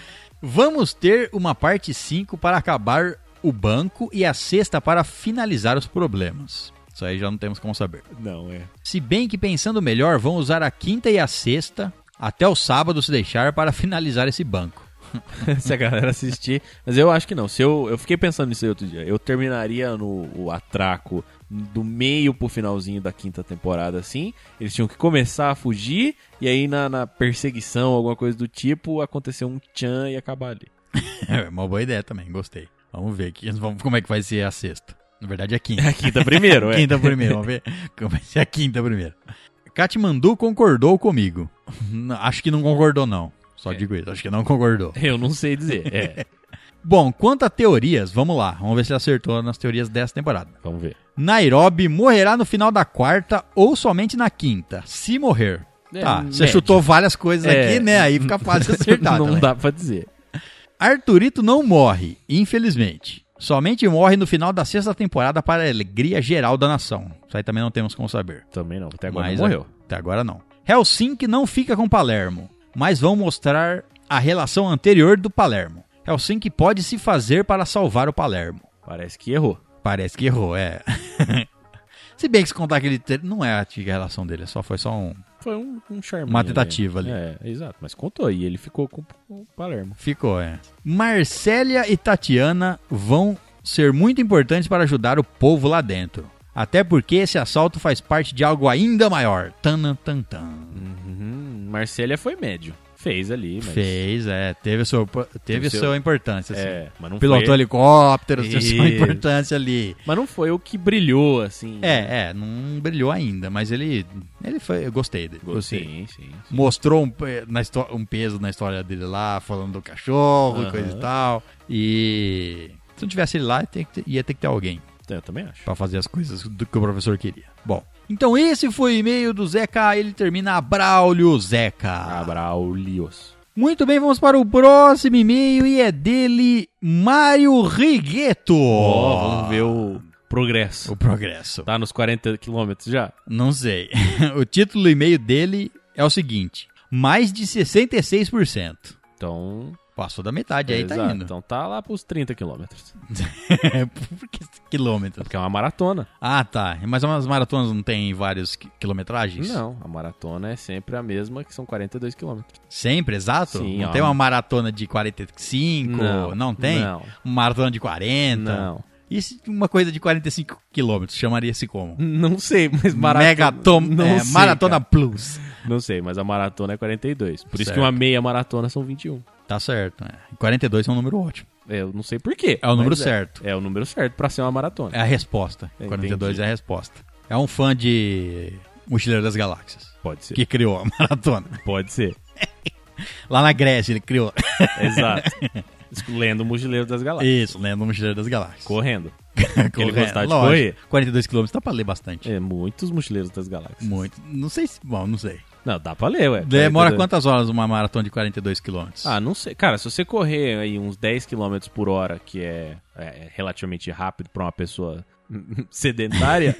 Vamos ter uma parte cinco para acabar o banco e a sexta para finalizar os problemas. Isso aí já não temos como saber. Não, é. Se bem que pensando melhor, vão usar a quinta e a sexta até o sábado se deixar para finalizar esse banco. Se a galera assistir. Mas eu acho que não. Se eu, eu fiquei pensando nisso aí outro dia. Eu terminaria no o atraco do meio pro finalzinho da quinta temporada, assim. Eles tinham que começar a fugir. E aí na, na perseguição, alguma coisa do tipo, aconteceu um tchan e acabar ali. É uma boa ideia também, gostei. Vamos ver aqui, vamos, como é que vai ser a sexta. Na verdade é a quinta. A quinta primeiro, é. Quinta primeiro, vamos ver como vai ser a quinta primeiro. Katmandu concordou comigo. Acho que não concordou não. Só É. digo isso, acho que não concordou. Eu não sei dizer. É. Bom, quanto a teorias, vamos lá. Vamos ver se ele acertou nas teorias dessa temporada. Vamos ver. Nairobi morrerá no final da quarta ou somente na quinta, se morrer. É, Tá, você médio. chutou várias coisas É. aqui, né? Aí fica fácil de acertar. Não também. dá pra dizer. Arthurito não morre, infelizmente. Somente morre no final da sexta temporada para a alegria geral da nação. Isso aí também não temos como saber. Também não. Até agora Mas, não morreu. Até agora não. Helsinki não fica com Palermo, mas vão mostrar a relação anterior do Palermo. Helsinki pode se fazer para salvar o Palermo. Parece que errou. Parece que errou, é. Se bem que se contar que ele te- não é a antiga relação dele, só foi só um... Foi um, um charme. Uma tentativa ali. É, exato. Mas contou. E ele ficou com o Palermo. Ficou, é. Marcélia e Tatiana vão ser muito importantes para ajudar o povo lá dentro. Até porque esse assalto faz parte de algo ainda maior. Tan, tan, tan. Uhum. Marcélia foi médio. Fez ali, mas... Fez, é. Teve, seu, teve, Teve sua seu- importância, assim. É, mas não Pilotou foi... helicóptero, teve sua Isso. importância ali. Mas não foi o que brilhou, assim. É, é, não brilhou ainda, mas ele, ele foi, eu gostei dele. Gostei. Sim, sim, sim. Mostrou um, pe- na histó- um peso na história dele lá, falando do cachorro e Aham. coisa e tal. E se não tivesse ele lá, ia ter que ter, ia ter, que ter alguém Eu também acho. pra fazer as coisas do que o professor queria. Bom, então esse foi o e-mail do Zeca, ele termina a Braulio Zeca. Abraulios. Muito bem, vamos para o próximo e-mail e é dele, Mário Rigueto. Ó, vamos ver o progresso. O progresso. Tá nos quarenta quilômetros já? Não sei. O título do e-mail dele é o seguinte: mais de sessenta e seis por cento. Então... Passou da metade, aí tá exato. indo. Então tá lá pros trinta quilômetros. Por que quilômetros? Porque é uma maratona. Ah, tá. Mas as maratonas não tem vários qui- quilometragens? Não, a maratona é sempre a mesma, que são quarenta e dois quilômetros. Sempre, exato? Sim, não ó. tem uma maratona de quarenta e cinco? Não, tem? não. Uma maratona de quarenta? Não. E se uma coisa de quarenta e cinco quilômetros, chamaria-se como? Não sei, mas maratona... Megatom não é, sei, Maratona cara. Plus. Não sei, mas a maratona é quarenta e dois. Por isso Certo. que uma meia maratona são vinte e um. Tá certo. É. quarenta e dois é um número ótimo. É, eu não sei por quê. É o número mas certo. É, é o número certo pra ser uma maratona. É a resposta. É, quarenta e dois entendi. é a resposta. É um fã de Mochileiro das Galáxias Pode ser. que criou a maratona. Pode ser. Lá na Grécia ele criou. Exato. Lendo o Mochileiro das Galáxias. Isso, lendo o Mochileiro das Galáxias. Correndo. Correndo. ele gostar de Lógico. correr. quarenta e dois quilômetros dá pra ler bastante. É, muitos Mochileiros das Galáxias. Muito. Não sei se... Bom, não sei. Não, dá pra ler, ué. Demora quarenta e dois. quantas horas uma maratona de quarenta e dois quilômetros? Ah, não sei. Cara, se você correr aí uns dez quilômetros por hora, que é, é relativamente rápido pra uma pessoa sedentária,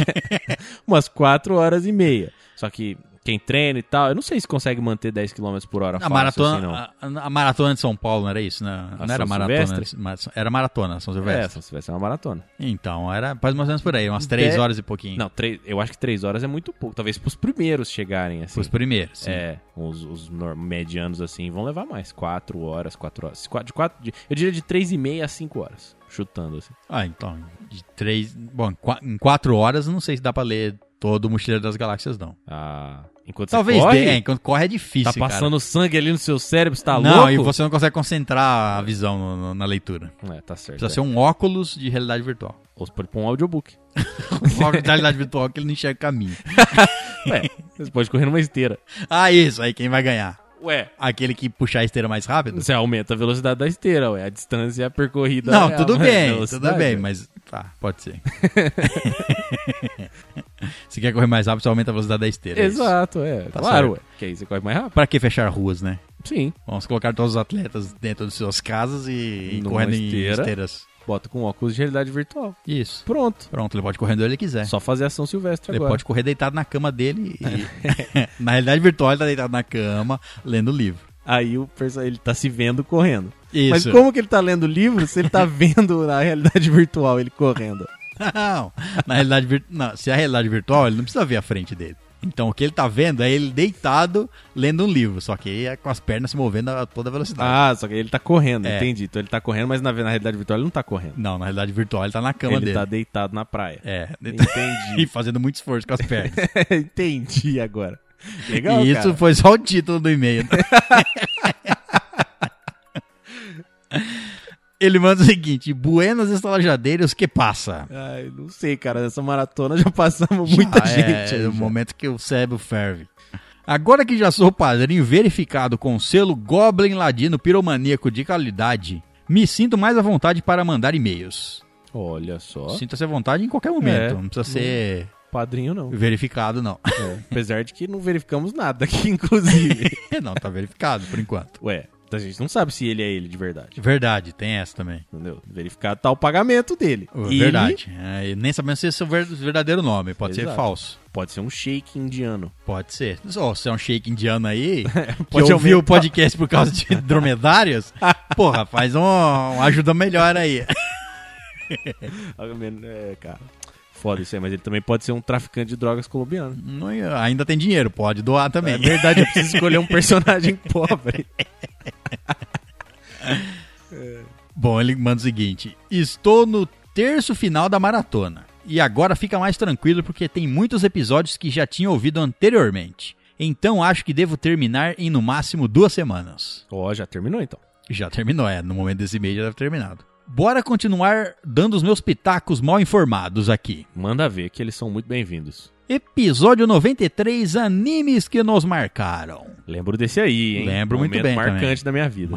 umas quatro horas e meia. Só que quem treina e tal, eu não sei se consegue manter dez quilômetros por hora A fácil maratona, assim, não. a, a maratona de São Paulo não era isso, né? Não A era São maratona, Silvestre? mas- era maratona, São É, Silvestre. se vai ser uma maratona. Então, era mais ou menos por aí, umas três De- horas e pouquinho. Não, três, eu acho que três horas é muito pouco. Talvez pros primeiros chegarem, assim. Os primeiros. sim. É, os, os nor- medianos, assim, vão levar mais. Quatro horas, quatro horas. Quatro, de quatro, de, eu diria de três e meia a cinco horas. Chutando, assim. Ah, então, De três... Bom, em quatro horas não sei se dá pra ler todo o Mochileiro das Galáxias, não. Ah... Enquanto Talvez você corre, dê, é, enquanto corre é difícil, tá passando cara. sangue ali no seu cérebro, você tá não, louco? e você não consegue concentrar a visão no, no, na leitura. É, tá certo. Precisa é. ser um óculos de realidade virtual. Ou você pode pôr um audiobook. Um óculos de realidade virtual que ele não enxerga caminho. Ué, você pode correr numa esteira. Ah, isso. Aí quem vai ganhar? Ué, Aquele que puxar a esteira mais rápido? você aumenta a velocidade da esteira, ué. A distância percorrida... Não, é tudo a bem, velocidade, tudo bem, ué. mas tá, pode ser. Se quer correr mais rápido, você aumenta a velocidade da esteira. é isso. Exato, é. Tá claro, certo. ué. Que aí você corre mais rápido. Pra que fechar ruas, né? Sim. Vamos colocar todos os atletas dentro de suas casas e, e Numa correndo em esteira. esteiras. Bota com óculos de realidade virtual. Isso. Pronto. Pronto, ele pode correr onde ele quiser. Só fazer ação silvestre Ele agora. pode correr deitado na cama dele e... Na realidade virtual, ele tá deitado na cama, lendo o livro. Aí o perso- ele tá se vendo correndo. Isso. Mas como que ele tá lendo o livro se ele tá vendo na realidade virtual ele correndo? Não, na realidade vir... não, se é a realidade virtual, ele não precisa ver a frente dele. Então o que ele tá vendo é ele deitado lendo um livro, só que é com as pernas se movendo a toda velocidade. Ah, só que ele tá correndo, É. entendi. Então ele tá correndo, mas na, na realidade virtual ele não tá correndo. Não, na realidade virtual ele tá na cama ele dele. tá deitado na praia. É, Entendi. e fazendo muito esforço com as pernas. Entendi agora. Legal, e isso cara. foi só o título do e-mail. Ele manda o seguinte: Buenas estalajadeiros, que passa? Ai, não sei, cara. Nessa maratona já passamos muita Ah, gente. É, aí é o já. momento que o cérebro ferve. Agora que já sou padrinho verificado com o selo Goblin Ladino Piromaníaco de qualidade, me sinto mais à vontade para mandar e-mails. Olha só. Sinta-se à vontade em qualquer momento. É. Não precisa ser Padrinho não. verificado, não. É. Apesar de que não verificamos nada aqui, inclusive. Não, tá verificado por enquanto. Ué, a gente não sabe se ele é ele de verdade. Verdade, tem essa também. Entendeu? Verificado tá o pagamento dele. Ele Verdade. É, e nem sabemos se esse é o ver- verdadeiro nome. Pode ser Exato. falso. Pode ser um shake indiano. Pode ser. Oh, se é um shake indiano aí, que Pode ouviu o aumentar. podcast por causa de dromedários, porra, faz um, uma ajuda melhor aí. É, cara. Foda isso aí, mas ele também pode ser um traficante de drogas colombiano. Não, ainda tem dinheiro, pode doar também. É verdade, eu preciso escolher um personagem pobre. Bom, ele manda o seguinte: estou no terço final da maratona. E agora fica mais tranquilo porque tem muitos episódios que já tinha ouvido anteriormente. Então acho que devo terminar em no máximo duas semanas. Ó, já terminou então. Já terminou, é. No momento desse e-mail já deve ter terminado. Bora continuar dando os meus pitacos mal informados aqui. Manda ver que eles são muito bem-vindos. Episódio noventa e três, animes que nos marcaram. Lembro desse aí, hein? Lembro muito Momento bem marcante da minha vida.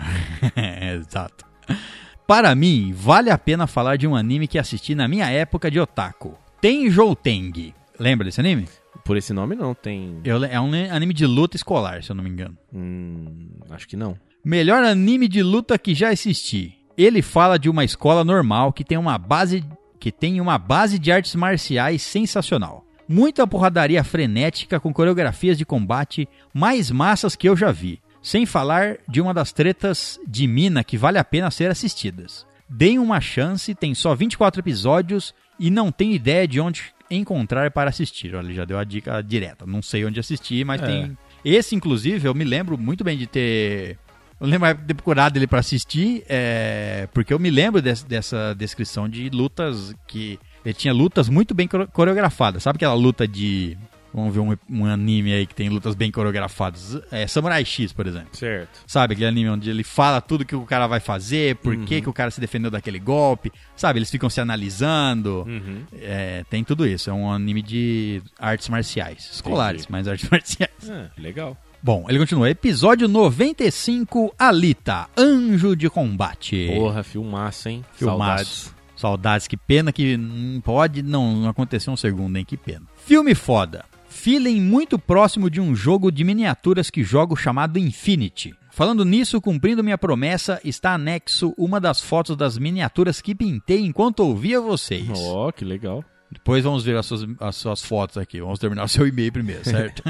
Exato. Para mim, vale a pena falar de um anime que assisti na minha época de otaku. Tenjouteng. Lembra desse anime? Por esse nome não, tem... Eu le- é um anime de luta escolar, se eu não me engano. Hum, acho que não. Melhor anime de luta que já assisti. Ele fala de uma escola normal que tem uma base, que tem uma base de artes marciais sensacional. Muita porradaria frenética com coreografias de combate mais massas que eu já vi. Sem falar de uma das tretas de mina que vale a pena ser assistidas. Deem uma chance, tem só vinte e quatro episódios e não tenho ideia de onde encontrar para assistir. Olha, ele já deu a dica direta. Não sei onde assistir, mas É. tem... Esse, inclusive, eu me lembro muito bem de ter... Eu lembro de ter procurado ele pra assistir, é, porque eu me lembro des- dessa descrição de lutas que... Ele tinha lutas muito bem core- coreografadas. Sabe aquela luta de... Vamos ver um, um anime aí que tem lutas bem coreografadas. É, Samurai X, por exemplo. Certo. Sabe, aquele anime onde ele fala tudo que o cara vai fazer, por que, que o cara se defendeu daquele golpe. Sabe, eles ficam se analisando. Uhum. É, tem tudo isso. É um anime de artes marciais. Escolares, Entendi. mas artes marciais. Ah, legal. Bom, ele continua. Episódio noventa e cinco, Alita, Anjo de Combate. Porra, filmaço, hein? Filmaço. Saudades. Saudades. Que pena que não pode não, não acontecer um segundo, hein? Que pena. Filme foda. Feeling muito próximo de um jogo de miniaturas que jogo chamado Infinity. Falando nisso, cumprindo minha promessa, está anexo uma das fotos das miniaturas que pintei enquanto ouvia vocês. Ó, que legal. Depois vamos ver as suas, as suas fotos aqui. Vamos terminar o seu e-mail primeiro, certo?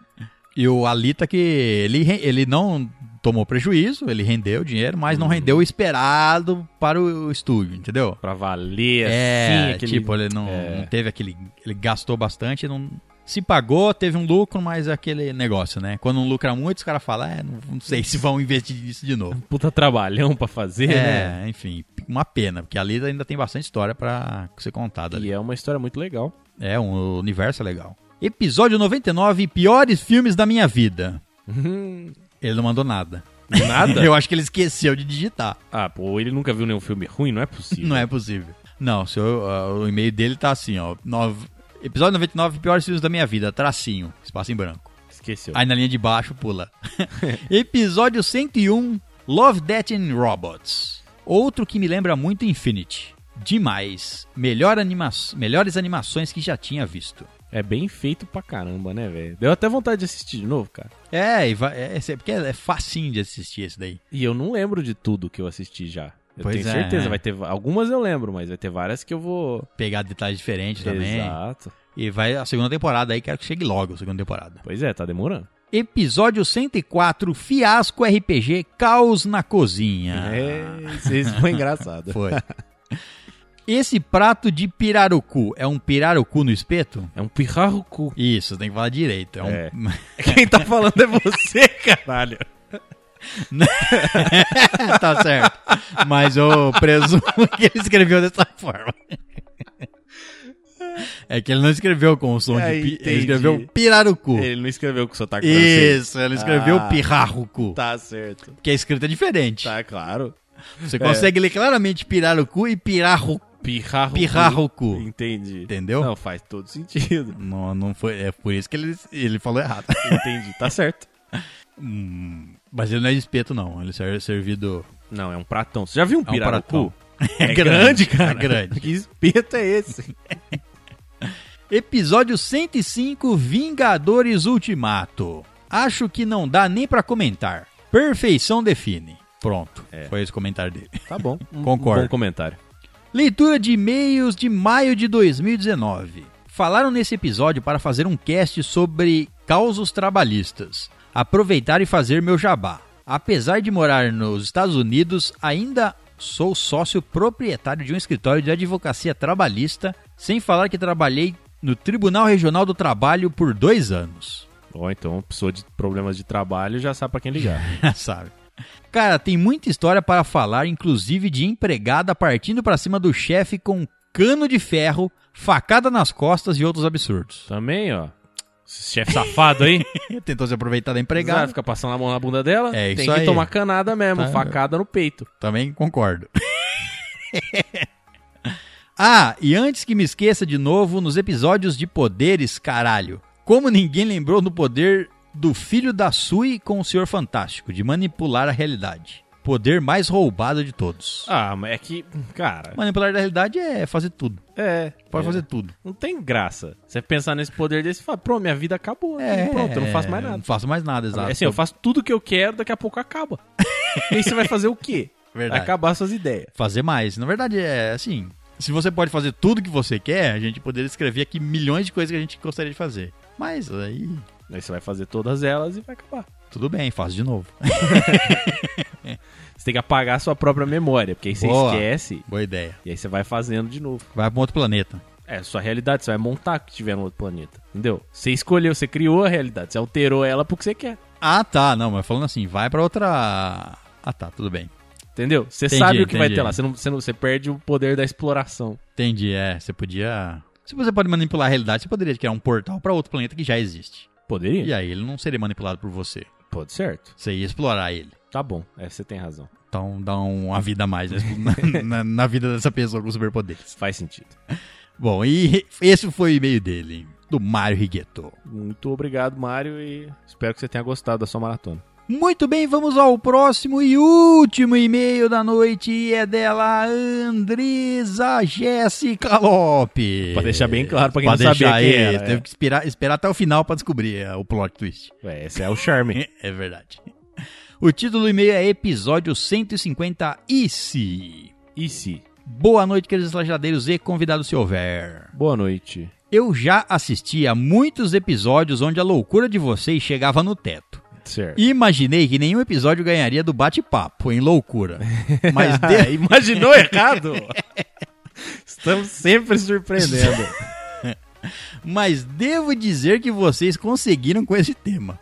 E o Alita que ele, re- ele não tomou prejuízo, ele rendeu dinheiro, mas não rendeu o esperado para o estúdio, entendeu? Pra valer, É, assim, aquele... tipo, ele não, é. não teve aquele... Ele gastou bastante, não... Se pagou, teve um lucro, mas é aquele negócio, né? Quando não lucra muito, os caras falam, é, não, não sei se vão investir nisso de novo. Puta trabalhão pra fazer, né? É, enfim, uma pena, porque ali ainda tem bastante história pra ser contada. Ali. E é uma história muito legal. É, um universo legal. Episódio noventa e nove, piores filmes da minha vida. Ele não mandou nada. Nada? Eu acho que ele esqueceu de digitar. Ah, pô, ele nunca viu nenhum filme ruim, não é possível. Não é possível. Não, seu, uh, o e-mail dele tá assim, ó. Nove, episódio noventa e nove, piores filmes da minha vida. Tracinho, espaço em branco. Esqueceu. Aí na linha de baixo, pula. Episódio cento e um, Love, Death and Robots. Outro que me lembra muito Infinity. Demais. Melhor anima- melhores animações que já tinha visto. É bem feito pra caramba, né, velho? Deu até vontade de assistir de novo, cara. É, e vai, é, é porque é facinho de assistir esse daí. E eu não lembro de tudo que eu assisti já. Eu Pois tenho é, certeza, é. vai ter algumas eu lembro, mas vai ter várias que eu vou Pegar detalhes diferentes também. Exato. E vai a segunda temporada aí, quero que chegue logo a segunda temporada. Pois é, tá demorando. Episódio cento e quatro, Fiasco R P G Caos na Cozinha. É, isso foi engraçado. Foi. Esse prato de pirarucu é um pirarucu no espeto? É um pirarrucu. Isso, tem que falar direito. É um... É. Quem tá falando é você, caralho. Tá certo. Mas eu presumo que ele escreveu dessa forma. É que ele não escreveu com o som É, de pi... entendi. Ele escreveu pirarucu. Ele não escreveu com sotaque francês. Isso, ele escreveu Ah, pirarrucu. Tá certo. Porque a escrita é diferente. Tá, claro. Você consegue ler claramente pirarucu e pirarrucu. Pirarrucu. Pirarrucu. Entendi. Entendeu? Não, faz todo sentido. Não, não foi, é por isso que ele, ele falou errado. Entendi, tá certo. Hum, mas ele não é de espeto, não. Ele serve servido... Não, é um pratão. Você já viu um É um pirarucu? pratão. É, grande, cara. É grande. Que espeto é esse? Episódio cento e cinco, Vingadores Ultimato. Acho que não dá nem pra comentar. Perfeição define. Pronto, É. foi esse o comentário dele. Tá bom. Um, Concordo. Um bom comentário. Leitura de e-mails de maio de dois mil e dezenove. Falaram nesse episódio para fazer um cast sobre causos trabalhistas. Aproveitar e fazer meu jabá. Apesar de morar nos Estados Unidos, ainda sou sócio proprietário de um escritório de advocacia trabalhista, sem falar que trabalhei no Tribunal Regional do Trabalho por dois anos. Ó, então, pessoa de problemas de trabalho já sabe pra quem ligar. Sabe? Cara, tem muita história para falar, inclusive de empregada partindo pra cima do chefe com cano de ferro, facada nas costas e outros absurdos. Também, ó. Esse chefe safado aí. Tentou se aproveitar da Exato, empregada. fica passando a mão na bunda dela. É tem isso que aí. tomar canada mesmo, Tá. facada no peito. Também concordo. Ah, e antes que me esqueça de novo, nos episódios de poderes, caralho. Como ninguém lembrou do poder do filho da Sui com o Senhor Fantástico, de manipular a realidade. Poder mais roubado de todos. Ah, mas é que, cara... Manipular a realidade é fazer tudo. É. Pode é. fazer tudo. Não tem graça. Você pensar nesse poder desse e falar, pronto, minha vida acabou. Pronto, eu não faço mais nada. Não faço mais nada, exato. É assim, eu faço tudo que eu quero, daqui a pouco acaba. E aí você vai fazer o quê? Verdade. Vai acabar suas ideias. Fazer mais. Na verdade, é assim... Se você pode fazer tudo que você quer, a gente poderia escrever aqui milhões de coisas que a gente gostaria de fazer. Mas aí... Aí você vai fazer todas elas e vai acabar. Tudo bem, faço de novo. Você tem que apagar a sua própria memória, porque aí você Boa. esquece Boa ideia. e aí você vai fazendo de novo. Vai pra um outro planeta. É, sua realidade, você vai montar o que tiver no outro planeta. Entendeu? Você escolheu, você criou a realidade, você alterou ela pro que você quer. Ah, tá. Não, mas falando assim, vai pra outra... Ah, tá. Tudo bem. Entendeu? Você Entendi, sabe o que vai entendi. ter lá. Você, não, você, não, você perde o poder da exploração. Entendi, é. Você podia... Se você pode manipular a realidade, você poderia criar um portal pra outro planeta que já existe. Poderia? E aí ele não seria manipulado por você. Pode, certo. Você ia explorar ele. Tá bom, é, você tem razão. Então dá um- uma vida a mais né, na, na- na vida dessa pessoa com superpoderes. Faz sentido. Bom, e esse foi o e-mail dele, do Mário Rigueto. Muito obrigado, Mário, e espero que você tenha gostado da sua maratona. Muito bem, vamos ao próximo e último e-mail da noite, e é dela, Andresa Jéssica Lopes. Pra deixar bem claro pra quem Pra não sabia deixar quem aí, era. teve é. que esperar, esperar até o final pra descobrir é, o plot twist. Ué, esse é o charme. É verdade. O título do e-mail é Episódio cento e cinquenta E se? E se? Boa noite, queridos lajadeiros e convidados se houver. Boa noite. Eu já assisti a muitos episódios onde a loucura de vocês chegava no teto. Certo. E imaginei que nenhum episódio ganharia do bate-papo em loucura. Mas de... Imaginou errado? Estamos sempre surpreendendo. Mas devo dizer que vocês conseguiram com esse tema.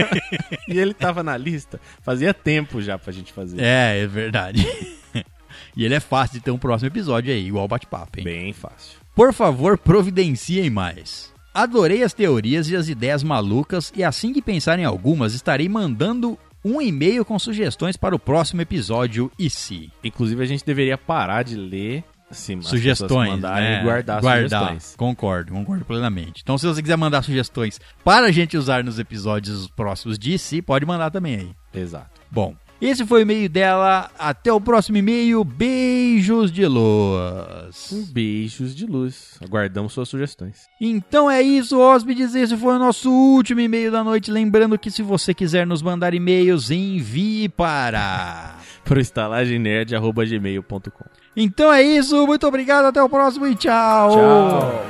E ele tava na lista fazia tempo já pra gente fazer. É, é verdade. E ele é fácil de ter um próximo episódio aí, igual o bate-papo, hein? Bem fácil. Por favor, providenciem mais. Adorei as teorias e as ideias malucas e assim que pensar em algumas, estarei mandando um e-mail com sugestões para o próximo episódio e se. Inclusive, a gente deveria parar de ler assim, sugestões, mandarem né? e guardar, guardar sugestões. Concordo, concordo plenamente. Então, se você quiser mandar sugestões para a gente usar nos episódios próximos de si, pode mandar também aí. Exato. Bom, esse foi o e-mail dela. Até o próximo e-mail. Beijos de luz. Beijos de luz. Aguardamos suas sugestões. Então é isso, hóspedes. Esse foi o nosso último e-mail da noite. Lembrando que se você quiser nos mandar e-mails, envie para... Pro estalagem nerd arroba gmail ponto com. Então é isso. Muito obrigado. Até o próximo e tchau. Tchau.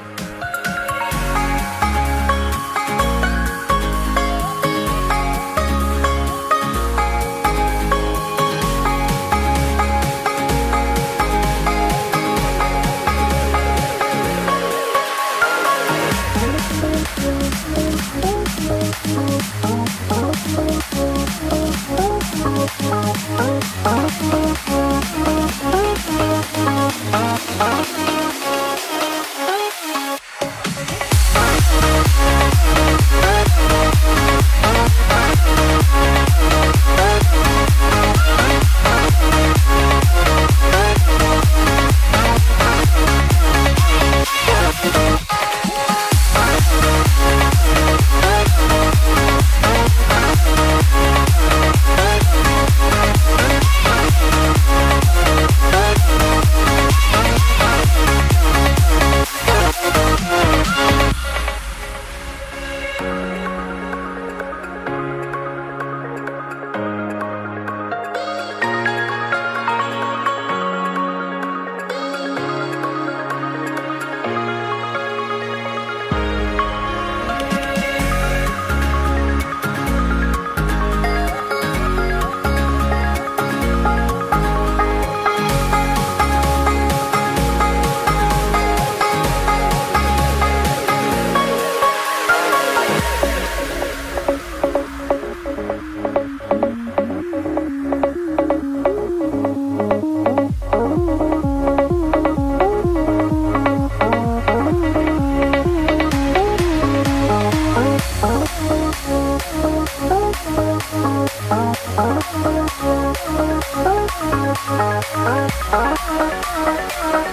Thank you.